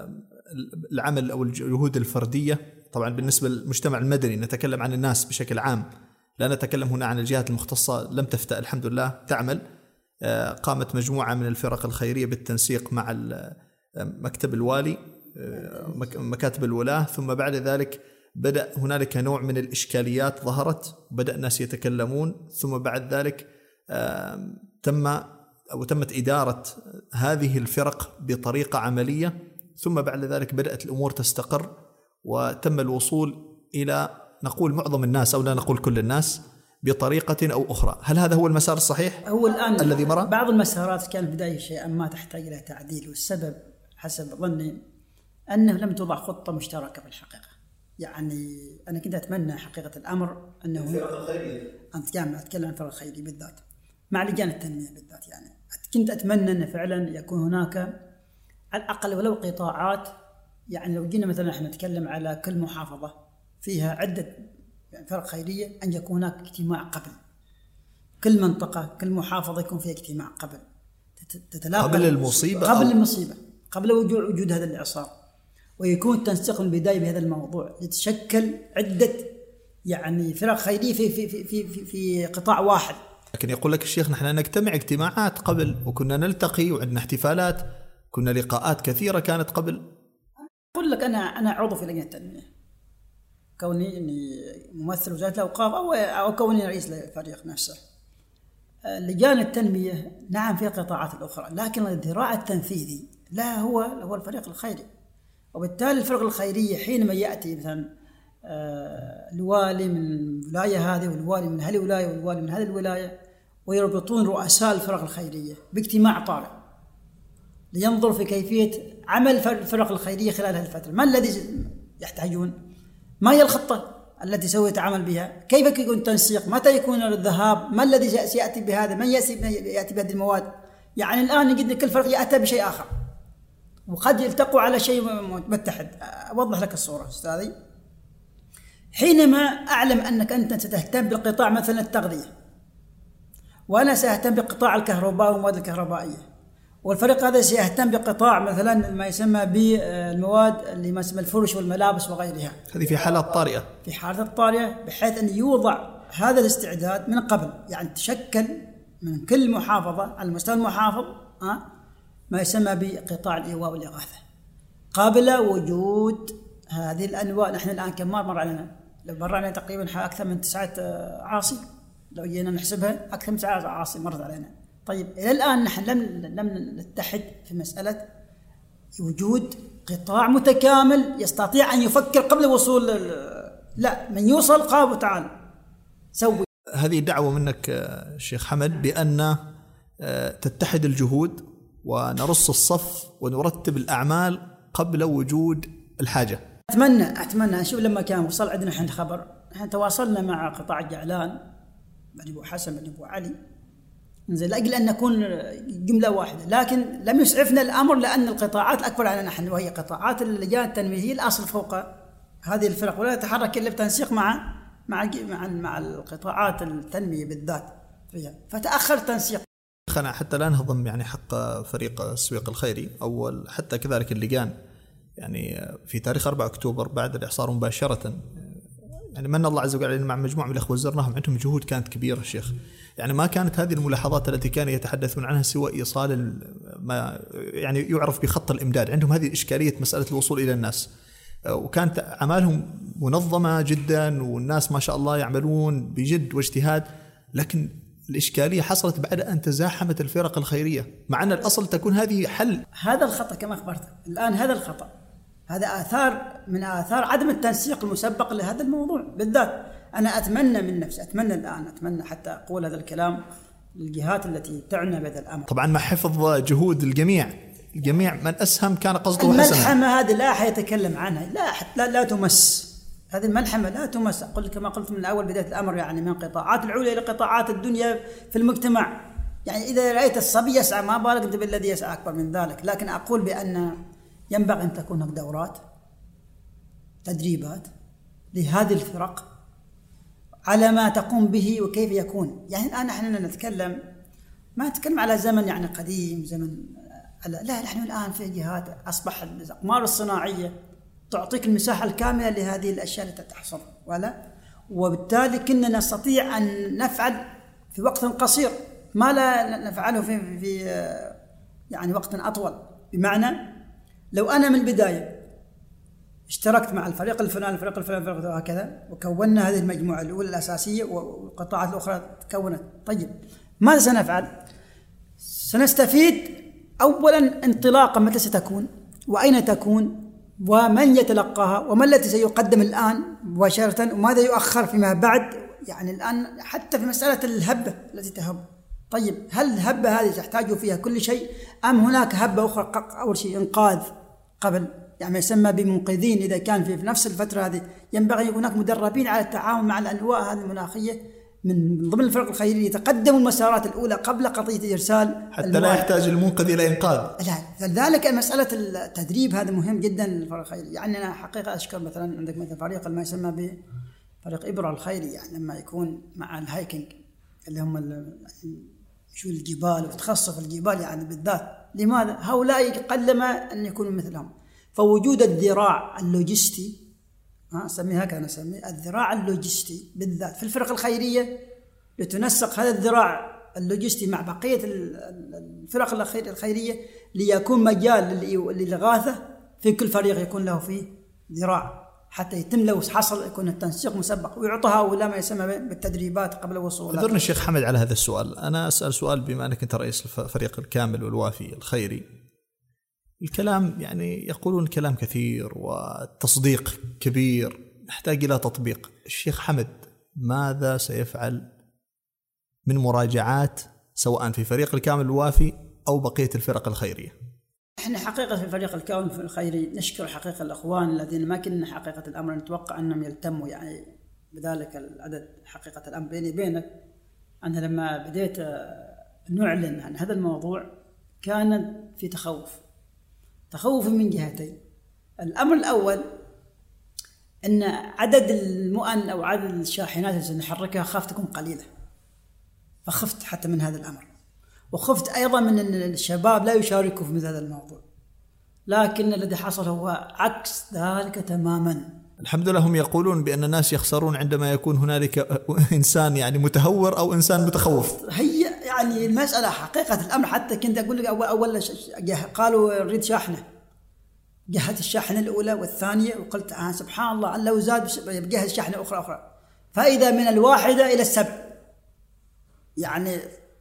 العمل أو الجهود الفردية، طبعا بالنسبة للمجتمع المدني نتكلم عن الناس بشكل عام، لا نتكلم هنا عن الجهات المختصة لم تفتأ الحمد لله تعمل. قامت مجموعة من الفرق الخيرية بالتنسيق مع مكتب الوالي مكاتب الولاة، ثم بعد ذلك بدأ هنالك نوع من الإشكاليات ظهرت، بدأ الناس يتكلمون، ثم بعد ذلك تم أو تمت إدارة هذه الفرق بطريقة عملية، ثم بعد ذلك بدأت الأمور تستقر وتم الوصول إلى نقول معظم الناس أو لا نقول كل الناس بطريقة أو أخرى. هل هذا هو المسار الصحيح هو الآن الذي مر؟ بعض المسارات كانت بداية شيئا ما تحتاج إلى تعديل، والسبب حسب ظني أنه لم توضع خطة مشتركة في الحقيقة. يعني أنا كنت أتمنى حقيقة الأمر أنه الفرق الخيرية، أنت كامل أتكلم عن الفرق الخيرية بالذات مع لجان التنمية بالذات، يعني كنت أتمنى أن فعلا يكون هناك على الأقل ولو قطاعات. يعني لو جينا مثلا احنا نتكلم على كل محافظة فيها عدة يعني فرق خيرية، أن يكون هناك اجتماع قبل كل منطقة، كل محافظة يكون فيها اجتماع قبل تتلاقى قبل المصيبة قبل أو المصيبة قبل وجود وجود هذا الإعصار، ويكون تنسيق من البداية بهذا الموضوع، يتشكل عدة يعني فرق خيرية في في في في في, في قطاع واحد. لكن يقول لك الشيخ نحن نجتمع اجتماعات قبل، وكنا نلتقي وعندنا احتفالات، كنا لقاءات كثيرة كانت قبل. أقول لك أنا أنا عضو في لجنة التنمية، كوني إني ممثل وزارة الأوقاف أو أو كوني رئيس للفريق نفسه. لجان التنمية نعم في قطاعات الأخرى، لكن الذراع التنفيذي لا هو هو الفريق الخيري، وبالتالي الفرق الخيرية حينما يأتي مثلا الوالي من الولاية هذه والوالي من هذه الولاية والوالي من هذه الولاية، ويربطون رؤساء الفرق الخيرية باجتماع طارئ لينظر في كيفية عمل الفرق الخيرية خلال هذه الفترة، ما الذي يحتاجون، ما هي الخطة التي سوف يتعامل بها، كيف يكون التنسيق، متى يكون الذهاب، ما الذي سيأتي بهذا، من يأتي بهذه المواد. يعني الآن نجد كل فرق يأتي بشيء آخر وقد يلتقوا على شيء متحد. أوضح لك الصورة أستاذي، حينما أعلم أنك أنت ستهتم بالقطاع مثلا التغذية، وأنا سأهتم بقطاع الكهرباء والمواد الكهربائية، والفريق هذا سيهتم بقطاع مثلا ما يسمى بالمواد اللي ما يسمى الفرش والملابس وغيرها. هذه في حالات طارئة، في حالات طارئة، بحيث أن يوضع هذا الاستعداد من قبل، يعني تشكل من كل محافظة على مستوى المحافظ ما يسمى بقطاع الإيواء والإغاثة قبل وجود هذه الأنواع. نحن الآن كم مر علينا، لو مر علينا تقريبا أكثر من تسعة عاصي، لو جينا نحسبها أكثر من تسعة عاصي مرت علينا. طيب إلى الآن نحن لم لم نتحد في مسألة وجود قطاع متكامل يستطيع أن يفكر قبل وصول، لا من يوصل قابل تعال سوي. هذه دعوة منك شيخ حمد بأن تتحد الجهود ونرص الصف ونرتب الأعمال قبل وجود الحاجة. أتمنى أتمنى أشوف لما كان وصل عندنا حين خبر، احنا تواصلنا مع قطاع الجعلان بن أبو حسن بن أبو علي نزل لأجل أن نكون جملة واحدة، لكن لم يسعفنا الأمر لأن القطاعات الأكبر علينا نحن وهي قطاعات اللجان التنموية الأصل فوق هذه الفرق، ولا تتحرك إلا بتنسيق مع مع مع مع القطاعات التنمية بالذات فيها، فتأخر التنسيق. أنا حتى لا نهضم يعني حق فريق السويق الخيري أو حتى كذلك اللجان، يعني في تاريخ أربعة أكتوبر بعد الإحصار مباشرة يعني من الله عز وجل مع مجموعة من الأخوة زرناهم، عندهم جهود كانت كبيرة الشيخ، يعني ما كانت هذه الملاحظات التي كانوا يتحدثون عنها سوى إيصال ما يعني يعرف بخط الإمداد، عندهم هذه إشكالية مسألة الوصول إلى الناس، وكانت أعمالهم منظمة جدا والناس ما شاء الله يعملون بجد واجتهاد، لكن الإشكالية حصلت بعد أن تزاحمت الفرق الخيرية، مع أن الأصل تكون هذه حل. هذا الخطأ كما أخبرت الآن، هذا الخطأ هذا آثار من آثار عدم التنسيق المسبق لهذا الموضوع بالذات. أنا أتمنى من نفسي، أتمنى الآن، أتمنى حتى أقول هذا الكلام للجهات التي تعنى بهذا الأمر، طبعا مع حفظ جهود الجميع، الجميع من أسهم كان قصده حسنا. الملحمة هذه لا أحد يتكلم عنها، لا لا, لا تمس، هذه الملحمة لا تمس، أقول كما قلت من أول بداية الأمر، يعني من قطاعات العليا إلى قطاعات الدنيا في المجتمع، يعني إذا رأيت الصبي يسعى ما بالك أنت بالذي يسعى أكبر من ذلك. لكن أقول بأن ينبغي أن تكون هناك دورات تدريبات لهذه الفرق على ما تقوم به وكيف يكون. يعني الآن نحن نتكلم ما نتكلم على زمن يعني قديم زمن، لا نحن الآن في جهات أصبح الأقمار الصناعية تعطيك المساحة الكاملة لهذه الأشياء التي تحصل، ولا وبالتالي كنا نستطيع أن نفعل في وقت قصير ما لا نفعله في في يعني وقت أطول. بمعنى لو أنا من البداية اشتركت مع الفريق الفلاني الفريق الفلاني الفريق وهكذا وكونا هذه المجموعة الأولى الأساسية والقطاعات الأخرى تكونت، طيب ماذا سنفعل؟ سنستفيد أولا انطلاقا متى ستكون وأين تكون ومن يتلقاها وما الذي سيقدم الآن مباشرة وماذا يؤخر فيما بعد. يعني الآن حتى في مسألة الهبة التي تهب، طيب هل الهبة هذه تحتاج فيها كل شيء أم هناك هبة أخرى؟ أول شيء إنقاذ قبل يعني يسمى بمنقذين، إذا كان في نفس الفترة هذه ينبغي يكون هناك مدربين على التعامل مع الأنواع هذه المناخية من ضمن الفرق الخيرية يتقدموا المسارات الأولى قبل قضية إرسال حتى لا يحتاج المنقذ إلى إنقاذ. لا لذلك مسألة التدريب هذا مهم جدا للفرق الخيرية. يعني أنا حقيقة أشكر مثلا عندك مثلا فريق ما يسمى بفريق إبرة الخيري، يعني لما يكون مع الهايكنج اللي هم شو الجبال وتخصص الجبال يعني بالذات، لماذا؟ هؤلاء قلما أن يكونوا مثلهم، فوجود الذراع اللوجستي ها أسميها هكذا، أنا أسميه الذراع اللوجستي بالذات في الفرق الخيرية لتنسق هذا الذراع اللوجستي مع بقية الفرق الخيرية ليكون مجال للإغاثة في كل فريق يكون له فيه ذراع حتى يتم لو حصل يكون التنسيق مسبق ويعطى هؤلاء ما يسمى بالتدريبات قبل الوصول. أعذرني الشيخ حمد على هذا السؤال، أنا أسأل سؤال بما أنك أنت رئيس الفريق الكامل والوافي الخيري. الكلام يعني يقولون كلام كثير والتصديق كبير، نحتاج إلى تطبيق. الشيخ حمد ماذا سيفعل من مراجعات سواء في فريق الكامل الوافي أو بقية الفرق الخيرية؟ احنا حقيقة في فريق الكامل الخيري نشكر حقيقة الأخوان الذين ما كنا حقيقة الأمر نتوقع أنهم يلتموا يعني بذلك العدد. حقيقة الأمر بيني بينك أنا لما بديت نعلن عن هذا الموضوع كان في تخوف تخوف من جهتين. الأمر الأول أن عدد المؤن أو عدد الشاحنات اللي سنحركها خاف تكون قليلة، فخفت حتى من هذا الأمر، وخفت أيضا من أن الشباب لا يشاركوا في مثل هذا الموضوع. لكن الذي حصل هو عكس ذلك تماما. الحمد لله. هم يقولون بأن الناس يخسرون عندما يكون هنالك إنسان يعني متهور أو إنسان متخوف. هي يعني المسألة حقيقة الأمر، حتى كنت أقول لك أول, أول قالوا نريد شاحنة، جهت الشاحنة الأولى والثانية وقلت آه سبحان الله أن لو زاد بجهز شاحنة أخرى أخرى، فإذا من الواحدة إلى السبع، يعني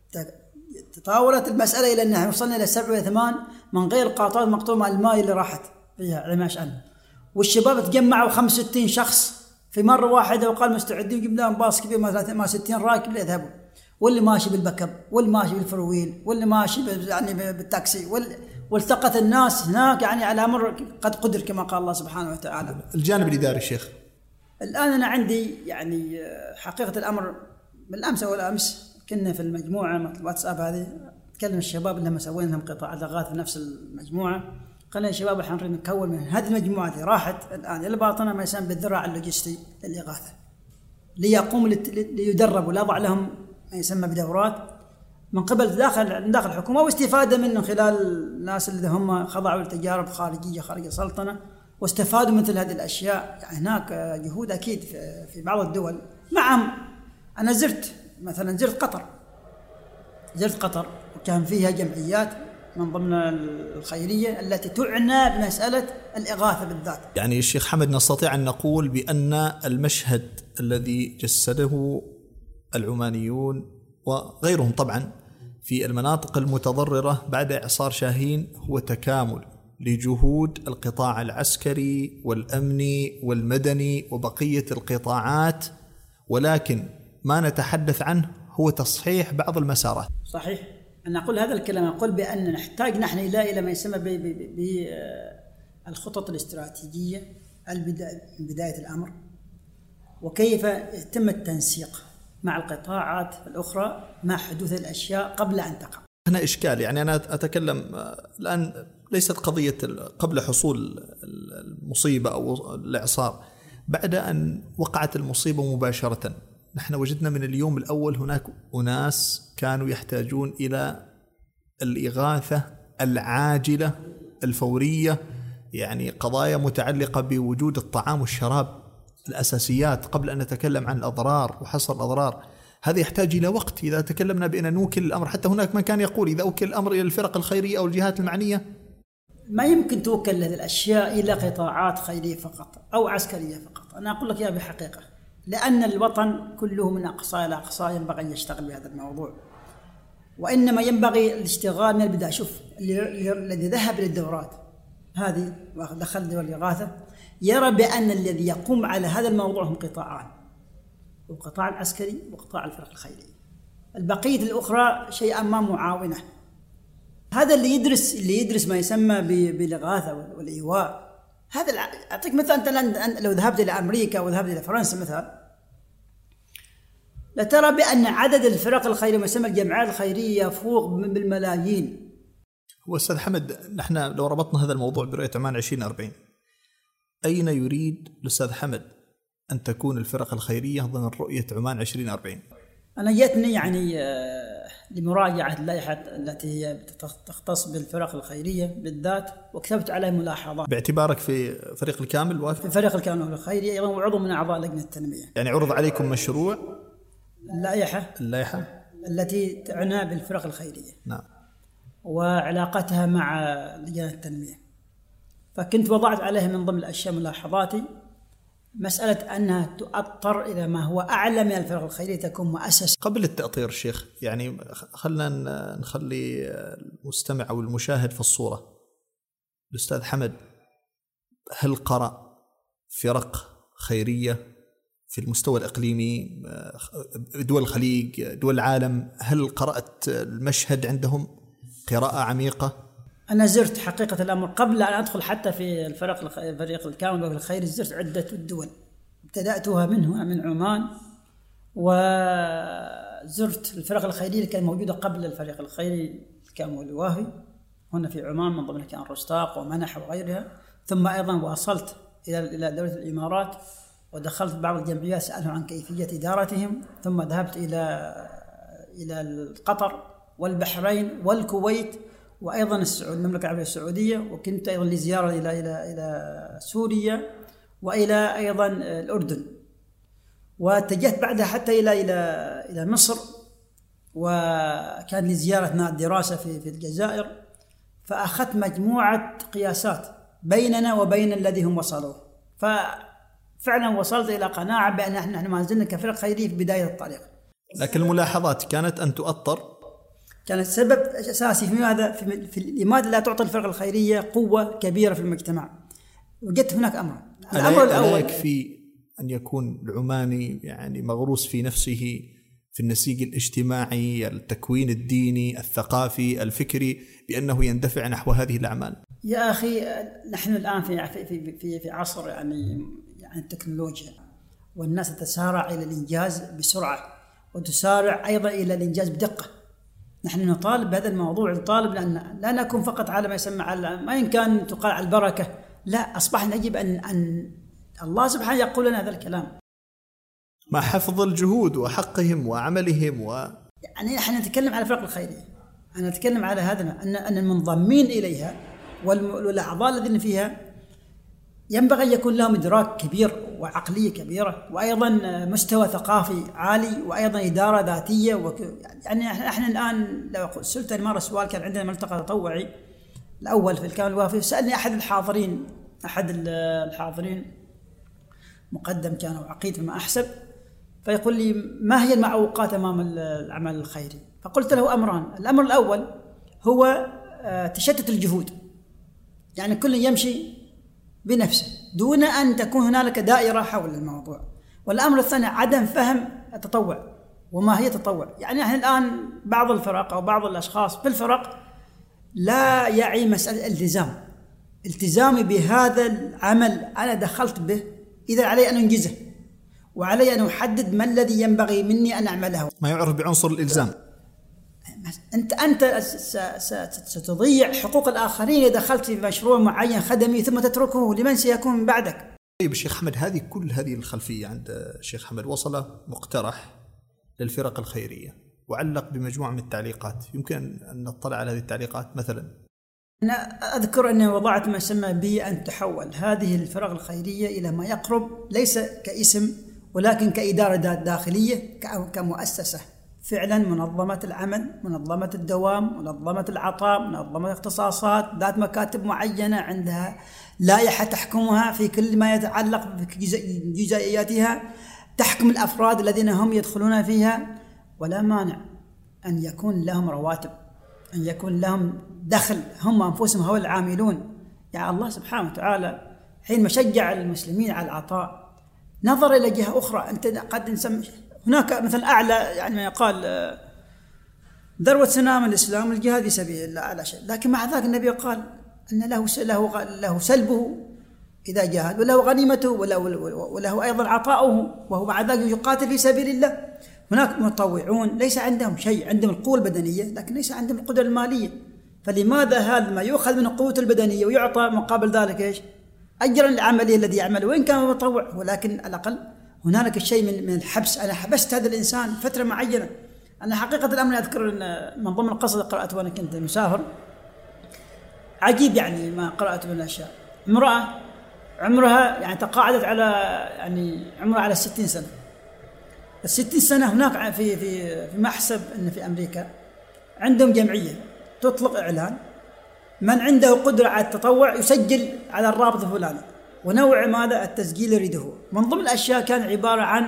تطاولت المسألة إلى أنها وصلنا إلى السبع وثمان من غير قاطعات مقطوعة الماء اللي راحت فيها على ما شأن. والشباب تجمعوا خمسة وستين شخص في مرة واحدة وقال مستعدين، جبنا لهم باص كبير ما ستين راكب ليذهبوا، واللي ماشي بالبكب واللي ماشي بالفرويل واللي ماشي يعني بالتاكسي، والتقت الناس هناك يعني على أمر قد قدر كما قال الله سبحانه وتعالى. الجانب الإداري شيخ، الآن أنا عندي يعني حقيقة الأمر بالأمس أو الأمس كنا في المجموعة الواتساب هذه، تكلم الشباب اللي هم سوينا لهم قطاع الإغاثة في نفس المجموعة، قال يا شباب احنا نريد نكون من هذه المجموعة دي راحت الآن إلى باطنها ما يسمى بالذراع اللوجستي للإغاثة، ليقوم ليدربوا لا ضع لهم ما يسمى بدورات من قبل داخل داخل الحكومة، واستفادة منهم خلال الناس اللي هم خضعوا لتجارب خارجية خارج السلطنة واستفادوا مثل هذه الأشياء. يعني هناك جهود أكيد في بعض الدول. نعم أنا زرت مثلا زرت قطر زرت قطر وكان فيها جمعيات من ضمن الخيرية التي تعنى بمسألة الإغاثة بالذات. يعني الشيخ حمد نستطيع أن نقول بأن المشهد الذي جسده العمانيون وغيرهم طبعا في المناطق المتضررة بعد إعصار شاهين هو تكامل لجهود القطاع العسكري والأمني والمدني وبقية القطاعات، ولكن ما نتحدث عنه هو تصحيح بعض المسارات. صحيح، أنا أقول هذا الكلام، أقول بأن نحتاج نحن إلى إلى ما يسمى بالخطط الاستراتيجية من بداية الأمر، وكيف يتم التنسيق مع القطاعات الأخرى مع حدوث الأشياء قبل أن تقع. هنا إشكال، يعني أنا أتكلم الآن ليست قضية قبل حصول المصيبة أو الإعصار، بعد أن وقعت المصيبة مباشرة نحن وجدنا من اليوم الأول هناك أناس كانوا يحتاجون إلى الإغاثة العاجلة الفورية، يعني قضايا متعلقة بوجود الطعام والشراب، الأساسيات، قبل أن نتكلم عن الأضرار وحصر الأضرار. هذا يحتاج إلى وقت. إذا تكلمنا بأن نوكل الأمر، حتى هناك من كان يقول إذا أوكل الأمر إلى الفرق الخيرية أو الجهات المعنية، ما يمكن توكل هذه الأشياء إلى قطاعات خيرية فقط أو عسكرية فقط. أنا أقول لك يا بحقيقة، لأن الوطن كله من أقصى إلى أقصى ينبغي أن يشتغل بهذا الموضوع، وإنما ينبغي الاشتغال من البداية. شوف الذي ذهب للدورات هذه ودخل دور الإغاثة يرى بأن الذي يقوم على هذا الموضوع هم قطاعان، القطاع العسكري وقطاع الفرق الخيرية، البقية الأخرى شيئا ما معاونة. هذا اللي يدرس اللي يدرس ما يسمى بالإغاثة والإيواء. هذا أعطيك مثلا، أنت لو ذهبت إلى أمريكا وذهبت إلى فرنسا مثلا، لترى بأن عدد الفرق الخيرية ما يسمى الجمعيات الخيرية يفوق بالملايين. هو أستاذ حمد، نحن لو ربطنا هذا الموضوع برؤية عمان عشرين أربعين، أين يريد الأستاذ حمد أن تكون الفرق الخيرية ضمن رؤية عمان عشرين أربعين؟ أنا جتني يعني لمراجعة اللائحة التي هي تختص بالفرق الخيرية بالذات، وكتبت عليها ملاحظات. باعتبارك في فريق الكامل وافق؟ في فريق الكامل الخيري أيضا، وعضو من أعضاء لجنة التنمية. يعني عرض عليكم مشروع اللائحة اللائحة التي تعنى بالفرق الخيرية، نعم، وعلاقتها مع لجنة التنمية، فكنت وضعت عليها من ضمن الأشياء ملاحظاتي مسألة أنها تؤطر إلى ما هو أعلى من الفرق الخيرية، تكون مؤسسة. قبل التأطير الشيخ، يعني خلنا نخلي المستمع أو المشاهد في الصورة. الأستاذ حمد، هل قرأ فرق خيرية في المستوى الإقليمي، دول الخليج، دول العالم؟ هل قرأت المشهد عندهم قراءة عميقة؟ أنا زرت حقيقة الأمر قبل أن أدخل حتى في الفرق الفريق الكامل وفي الخير، زرت عدة الدول، ابتدأتها من هنا من عمان، وزرت الفرق الخيرية اللي كانت موجودة قبل الفريق الخيري الكامل والوافي هنا في عمان، من ضمنها كان رستاق ومنح وغيرها. ثم أيضا واصلت إلى إلى دولة الإمارات ودخلت بعض الجمعيات سألوا عن كيفية إدارتهم، ثم ذهبت إلى إلى قطر والبحرين والكويت وأيضا السعودية، المملكة العربية السعودية، وكنت أيضا لزيارة إلى إلى إلى سوريا وإلى أيضا الأردن، واتجهت بعدها حتى إلى إلى إلى مصر، وكان لزيارة أثناء الدراسة في في الجزائر، فأخذت مجموعة قياسات بيننا وبين الذي هم وصلوا، ففعلا وصلت إلى قناعة بأن نحن ما زلنا كفرق خيرية في بداية الطريق. لكن الملاحظات كانت أن تؤطر، كانت سبب أساسي في هذا في, في لماذا لا تعطي الفرق الخيرية قوة كبيرة في المجتمع. وجدت هناك أمر، الأمر الأول، ألا يكفي أن يكون العماني يعني مغروس في نفسه في النسيج الاجتماعي، التكوين الديني، الثقافي، الفكري، بأنه يندفع نحو هذه الأعمال؟ يا أخي نحن الآن في في في في عصر يعني يعني التكنولوجيا، والناس تتسارع إلى الإنجاز بسرعة وتسارع أيضا إلى الإنجاز بدقة. نحن نطالب بهذا الموضوع، نطالب لأن لا نكون فقط على ما يسمى على ما إن كان تقال على البركة، لا، أصبح يجب أن أن الله سبحانه يقول لنا هذا الكلام مع حفظ الجهود وحقهم وعملهم و... يعني نحن نتكلم على الفرق الخيرية، أنا أتكلم على هذا أن أن المنضمين إليها والأعضاء الذين فيها ينبغي أن يكون لهم إدراك كبير وعقلية كبيرة، وأيضا مستوى ثقافي عالي، وأيضا إدارة ذاتية وك... يعني إحنا الآن لو سألت مرة سؤال، كان عندنا ملتقى تطوعي الأول في الكامل الوافي، سألني أحد الحاضرين أحد الحاضرين مقدم كان أو عقيد فيما أحسب، فيقول لي ما هي المعوقات أمام العمل الخيري؟ فقلت له أمران. الأمر الأول هو تشتت الجهود، يعني كل يمشي بنفسه دون أن تكون هنالك دائرة حول الموضوع. والأمر الثاني عدم فهم التطوع وما هي التطوع. يعني احنا الآن بعض الفرق أو بعض الأشخاص في الفرق لا يعي مسألة الالتزام، التزامي بهذا العمل أنا دخلت به، إذا علي أن أنجزه وعلي أن أحدد ما الذي ينبغي مني أن أعمله، ما يعرف بعنصر الإلزام. أنت أنت ستضيع حقوق الآخرين إذا دخلت في مشروع معين خدمي ثم تتركه لمن سيكون من بعدك. طيب الشيخ حمد، هذه كل هذه الخلفية عند الشيخ حمد وصل مقترح للفرق الخيرية وعلق بمجموعة من التعليقات، يمكن أن نطلع على هذه التعليقات مثلا. أنا أذكر أني وضعت ما يسمى به أن تحول هذه الفرق الخيرية إلى ما يقرب ليس كاسم ولكن كإدارة داخلية كمؤسسة فعلا، منظمة العمل، منظمة الدوام، منظمة العطاء، منظمة الاختصاصات، ذات مكاتب معينة عندها لائحة تحكمها في كل ما يتعلق بجزئياتها، تحكم الأفراد الذين هم يدخلون فيها، ولا مانع أن يكون لهم رواتب، أن يكون لهم دخل، هم أنفسهم هو العاملون. يعني الله سبحانه وتعالى حين شجع المسلمين على العطاء نظر إلى جهة أخرى. أنت قد نسمي هناك مثل أعلى، يعني ما يقال ذروة سنام الإسلام الجهاد في سبيل الله أعلى شيء، لكن مع ذلك النبي قال أن له له له سلبه إذا جاهد، وله غنيمته، وله, وله أيضا عطاؤه، وهو مع ذلك يقاتل في سبيل الله. هناك متطوعون ليس عندهم شيء، عندهم القوة البدنية لكن ليس عندهم القدرة المالية، فلماذا هذا ما يؤخذ من القوة البدنية ويعطى مقابل ذلك إيش؟ أجرا لعمله الذي يعمله وإن كان متطوع، ولكن على الأقل هنالك الشيء من من الحبس. أنا حبست هذا الإنسان فترة معينة. أنا حقيقة الأمر أذكر أن من ضمن القصص اللي قرأت وأنا كنت مسافر عجيب، يعني ما قرأت من الأشياء، امرأة عمرها يعني تقاعدت على يعني عمرها على ستين سنة. الستين سنة هناك في في في ما أحسب أن في أمريكا عندهم جمعية تطلق إعلان من عنده قدرة على التطوع يسجل على الرابط الفلاني، ونوع ماذا التسجيل يريده. من ضمن الأشياء كان عبارة عن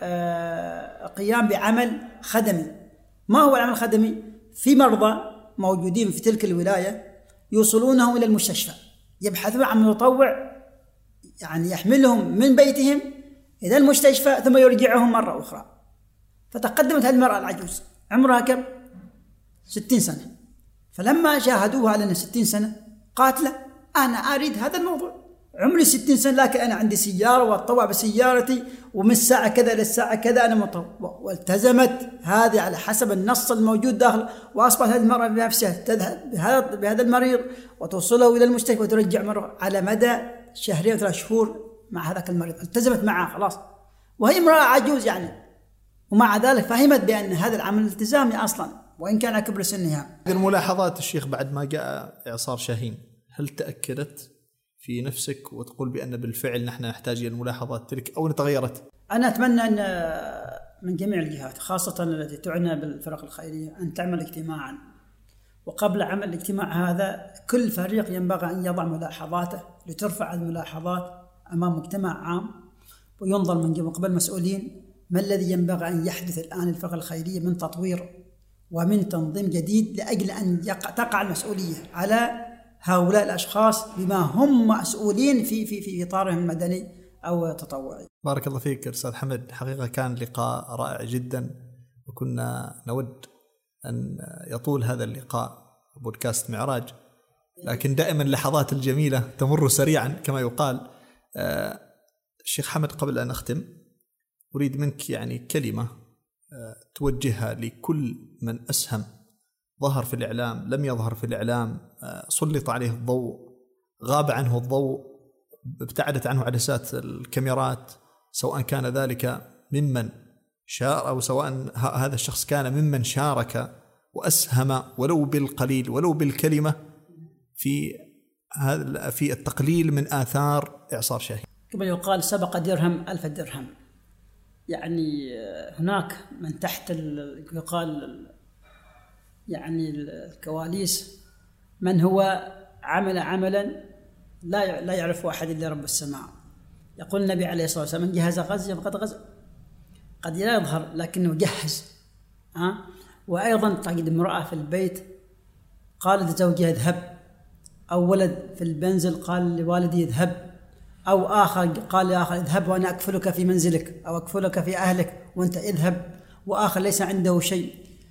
قيام بعمل خدمي. ما هو العمل الخدمي؟ في مرضى موجودين في تلك الولاية يوصلونهم إلى المستشفى، يبحثون عن متطوع يعني يحملهم من بيتهم إلى المستشفى ثم يرجعهم مرة أخرى. فتقدمت هذه المرأة العجوز عمرها كم؟ ستين سنة. فلما شاهدوها على ستين سنة قالت له أنا أريد هذا الموضوع، عمري ستين سنة لكن أنا عندي سيارة وأتطوع بسيارتي ومن الساعة كذا للساعة كذا أنا متطوع. والتزمت هذه على حسب النص الموجود داخل، وأصبحت هذه المرأة بنفسها تذهب بهذا المريض وتوصله إلى المستشفى وترجع مرة على مدى شهرين وثلاث شهور مع هذاك المريض. التزمت معه خلاص، وهي امرأة عجوز يعني، ومع ذلك فهمت بأن هذا العمل التزامي أصلا وإن كان كبر سنها. الملاحظات الشيخ بعد ما جاء إعصار شاهين، هل تأكدت في نفسك وتقول بأن بالفعل نحن نحتاج إلى الملاحظات تلك أو تغيرت؟ أنا أتمنى أن من جميع الجهات خاصة التي تعنى بالفرق الخيرية أن تعمل اجتماعا، وقبل عمل الاجتماع هذا كل فريق ينبغي أن يضع ملاحظاته لترفع الملاحظات أمام مجتمع عام، وينظر من قبل مسؤولين ما الذي ينبغي أن يحدث الآن الفرق الخيرية من تطوير ومن تنظيم جديد، لأجل أن تقع المسؤولية على هؤلاء الأشخاص بما هم مسؤولين في في في إطارهم المدني أو تطوعي. بارك الله فيك أستاذ حمد، حقيقة كان لقاء رائع جدا، وكنا نود أن يطول هذا اللقاء بودكاست معراج، لكن دائما اللحظات الجميلة تمر سريعا كما يقال. الشيخ حمد، قبل أن أختم أريد منك يعني كلمة توجهها لكل من أسهم، ظهر في الإعلام، لم يظهر في الإعلام، سلط عليه الضوء، غاب عنه الضوء، ابتعدت عنه عدسات الكاميرات، سواء كان ذلك ممن شار أو سواء هذا الشخص كان ممن شارك وأسهم ولو بالقليل ولو بالكلمة في هذا في التقليل من آثار إعصار شاهين. كما يقال سبق درهم ألف درهم. يعني هناك من تحت يقال يعني الكواليس من هو عمل عملا لا لا يعرف أحد إلا رب السماء. يقول النبي عليه الصلاة والسلام: من جهز غزا فقد غزا. قد لا يظهر لكنه جهز. ها. وأيضا تجد امرأة في البيت قالت لزوجها اذهب، أو ولد في المنزل قال لوالدي اذهب، أو آخر قال لآخر اذهب وأنا أكفلك في منزلك أو أكفلك في أهلك وأنت اذهب، وآخر ليس عنده شيء.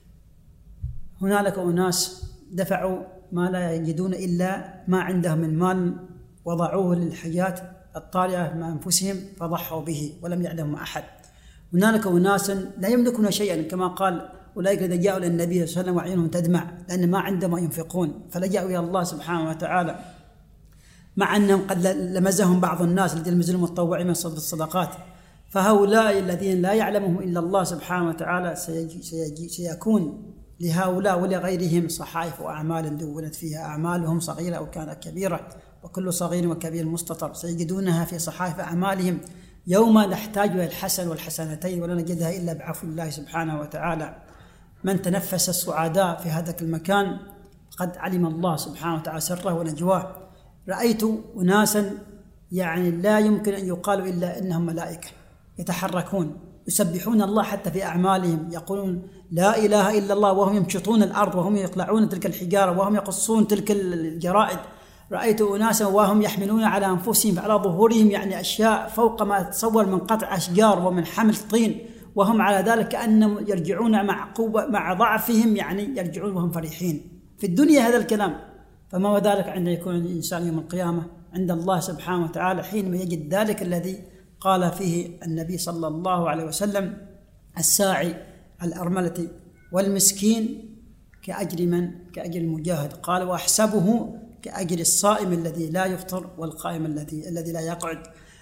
هنالك أناس دفعوا ما لا يجدون إلا ما عندهم من مال، وضعوه للحياة الطارئة مع أنفسهم فضحوا به ولم يعلمهم أحد. هنالك أناس لا يملكون شيئا، كما قال أولئك الذين جاءوا إلى النبي صلى الله عليه وسلم وعيونهم تدمع لأن ما عندهم ما ينفقون، فلجأوا إلى الله سبحانه وتعالى، مع أنهم قد لمزهم بعض الناس الذين يلمزون المتطوعين من الصدقات. فهؤلاء الذين لا يعلمهم إلا الله سبحانه وتعالى سيجي سيجي سيكون لهؤلاء ولغيرهم صحائف وأعمال دونت فيها أعمالهم صغيرة أو كانت كبيرة، وكل صغير وكبير مستطر سيجدونها في صحائف أعمالهم يوم نحتاج إلى الحسن والحسنتين ولا نجدها إلا بعفو الله سبحانه وتعالى. من تنفس السعداء في هذا المكان قد علم الله سبحانه وتعالى سره ونجواه. رأيت أناسا يعني لا يمكن أن يقالوا إلا إنهم ملائكة يتحركون يسبحون الله حتى في أعمالهم، يقولون لا إله إلا الله وهم يمشطون الأرض وهم يقلعون تلك الحجارة وهم يقصون تلك الجرائد. رأيت أناسا وهم يحملون على أنفسهم على ظهورهم يعني أشياء فوق ما تصور من قطع أشجار ومن حمل طين، وهم على ذلك كأنهم يرجعون مع قوة مع ضعفهم يعني يرجعون وهم فرحين. في الدنيا هذا الكلام، فما هو ذلك عند يكون الإنسان يوم القيامة عند الله سبحانه وتعالى حينما يجد ذلك الذي قال فيه النبي صلى الله عليه وسلم: الساعي الأرملة والمسكين كأجر من؟ كأجر المجاهد. قال: وأحسبه كأجر الصائم الذي لا يفطر والقائم الذي الذي لا يقعد.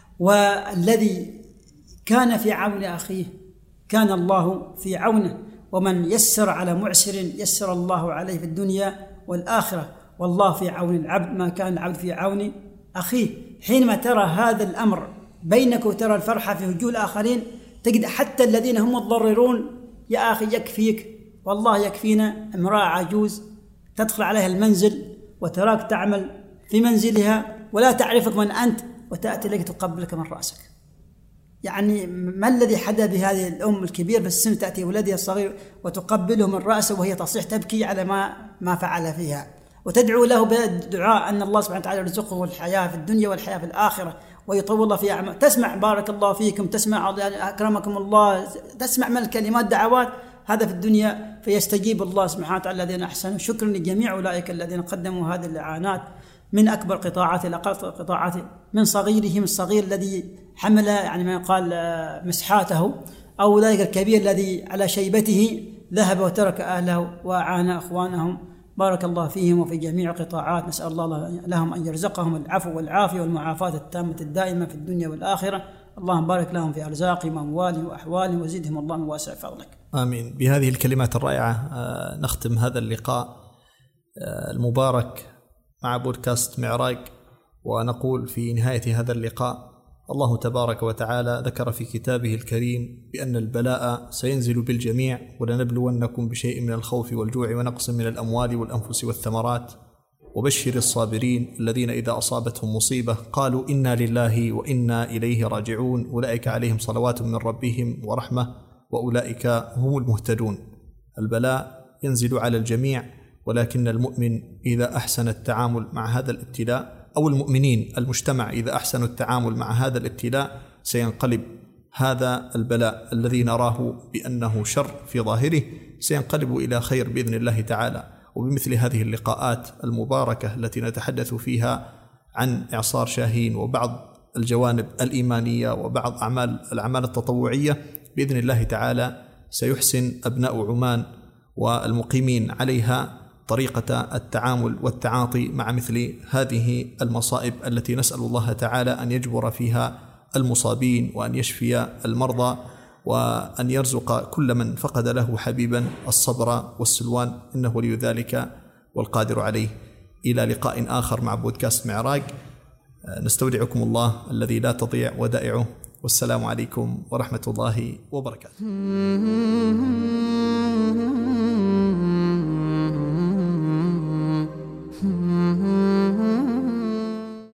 والذي كان في عون أخيه كان الله في عونه، ومن يسر على معسر يسر الله عليه في الدنيا والآخرة، والله في عون العبد ما كان العبد في عون أخيه. حينما ترى هذا الأمر بينك وترى الفرحة في وجوه الآخرين تجد حتى الذين هم متضررون: يا أخي يكفيك والله يكفينا امرأة عجوز تدخل عليها المنزل وتراك تعمل في منزلها ولا تعرفك من أنت وتأتي لك تقبلك من رأسك. يعني ما الذي حدث بهذه الأم الكبير في السن تأتي ولدها الصغير وتقبله من رأسه وهي تصيح تبكي على ما ما فعل فيها، وتدعو له بالدعاء أن الله سبحانه وتعالى يرزقه الحياة في الدنيا والحياة في الآخرة ويطول الله في أعمال. تسمع بارك الله فيكم، تسمع أكرمكم الله، تسمع من الكلمات دعوات هذا في الدنيا، فيستجيب الله سبحانه وتعالى الذين أحسنوا. شكرا لجميع أولئك الذين قدموا هذه الإعانات من أكبر قطاعات إلى أقل قطاعات، من صغيرهم الصغير الذي حمل يعني ما يقال مسحاته، أو ذلك الكبير الذي على شيبته ذهب وترك أهله وأعان أخوانهم. بارك الله فيهم وفي جميع القطاعات. نسأل الله لهم أن يرزقهم العفو والعافية والمعافاة التامة الدائمة في الدنيا والآخرة. اللهم بارك لهم في أرزاقهم وأموالهم وأحوالهم وزدهم الله من واسع فضلك. آمين. بهذه الكلمات الرائعة نختم هذا اللقاء المبارك مع بودكاست معراج، ونقول في نهاية هذا اللقاء: الله تبارك وتعالى ذكر في كتابه الكريم بأن البلاء سينزل بالجميع، ولنبلونكم بشيء من الخوف والجوع ونقص من الأموال والأنفس والثمرات، وبشر الصابرين الذين إذا أصابتهم مصيبة قالوا إنا لله وإنا إليه راجعون أولئك عليهم صلوات من ربهم ورحمة وأولئك هم المهتدون. البلاء ينزل على الجميع، ولكن المؤمن إذا أحسن التعامل مع هذا الابتلاء أو المؤمنين المجتمع إذا أحسنوا التعامل مع هذا الابتلاء سينقلب هذا البلاء الذي نراه بأنه شر في ظاهره سينقلب إلى خير بإذن الله تعالى. وبمثل هذه اللقاءات المباركة التي نتحدث فيها عن إعصار شاهين وبعض الجوانب الإيمانية وبعض أعمال الأعمال التطوعية بإذن الله تعالى سيحسن أبناء عمان والمقيمين عليها طريقة التعامل والتعاطي مع مثل هذه المصائب التي نسأل الله تعالى أن يجبر فيها المصابين وأن يشفي المرضى وأن يرزق كل من فقد له حبيبا الصبر والسلوان، إنه ولي ذلك والقادر عليه. إلى لقاء آخر مع بودكاست معراج، نستودعكم الله الذي لا تضيع ودائعه، والسلام عليكم ورحمة الله وبركاته.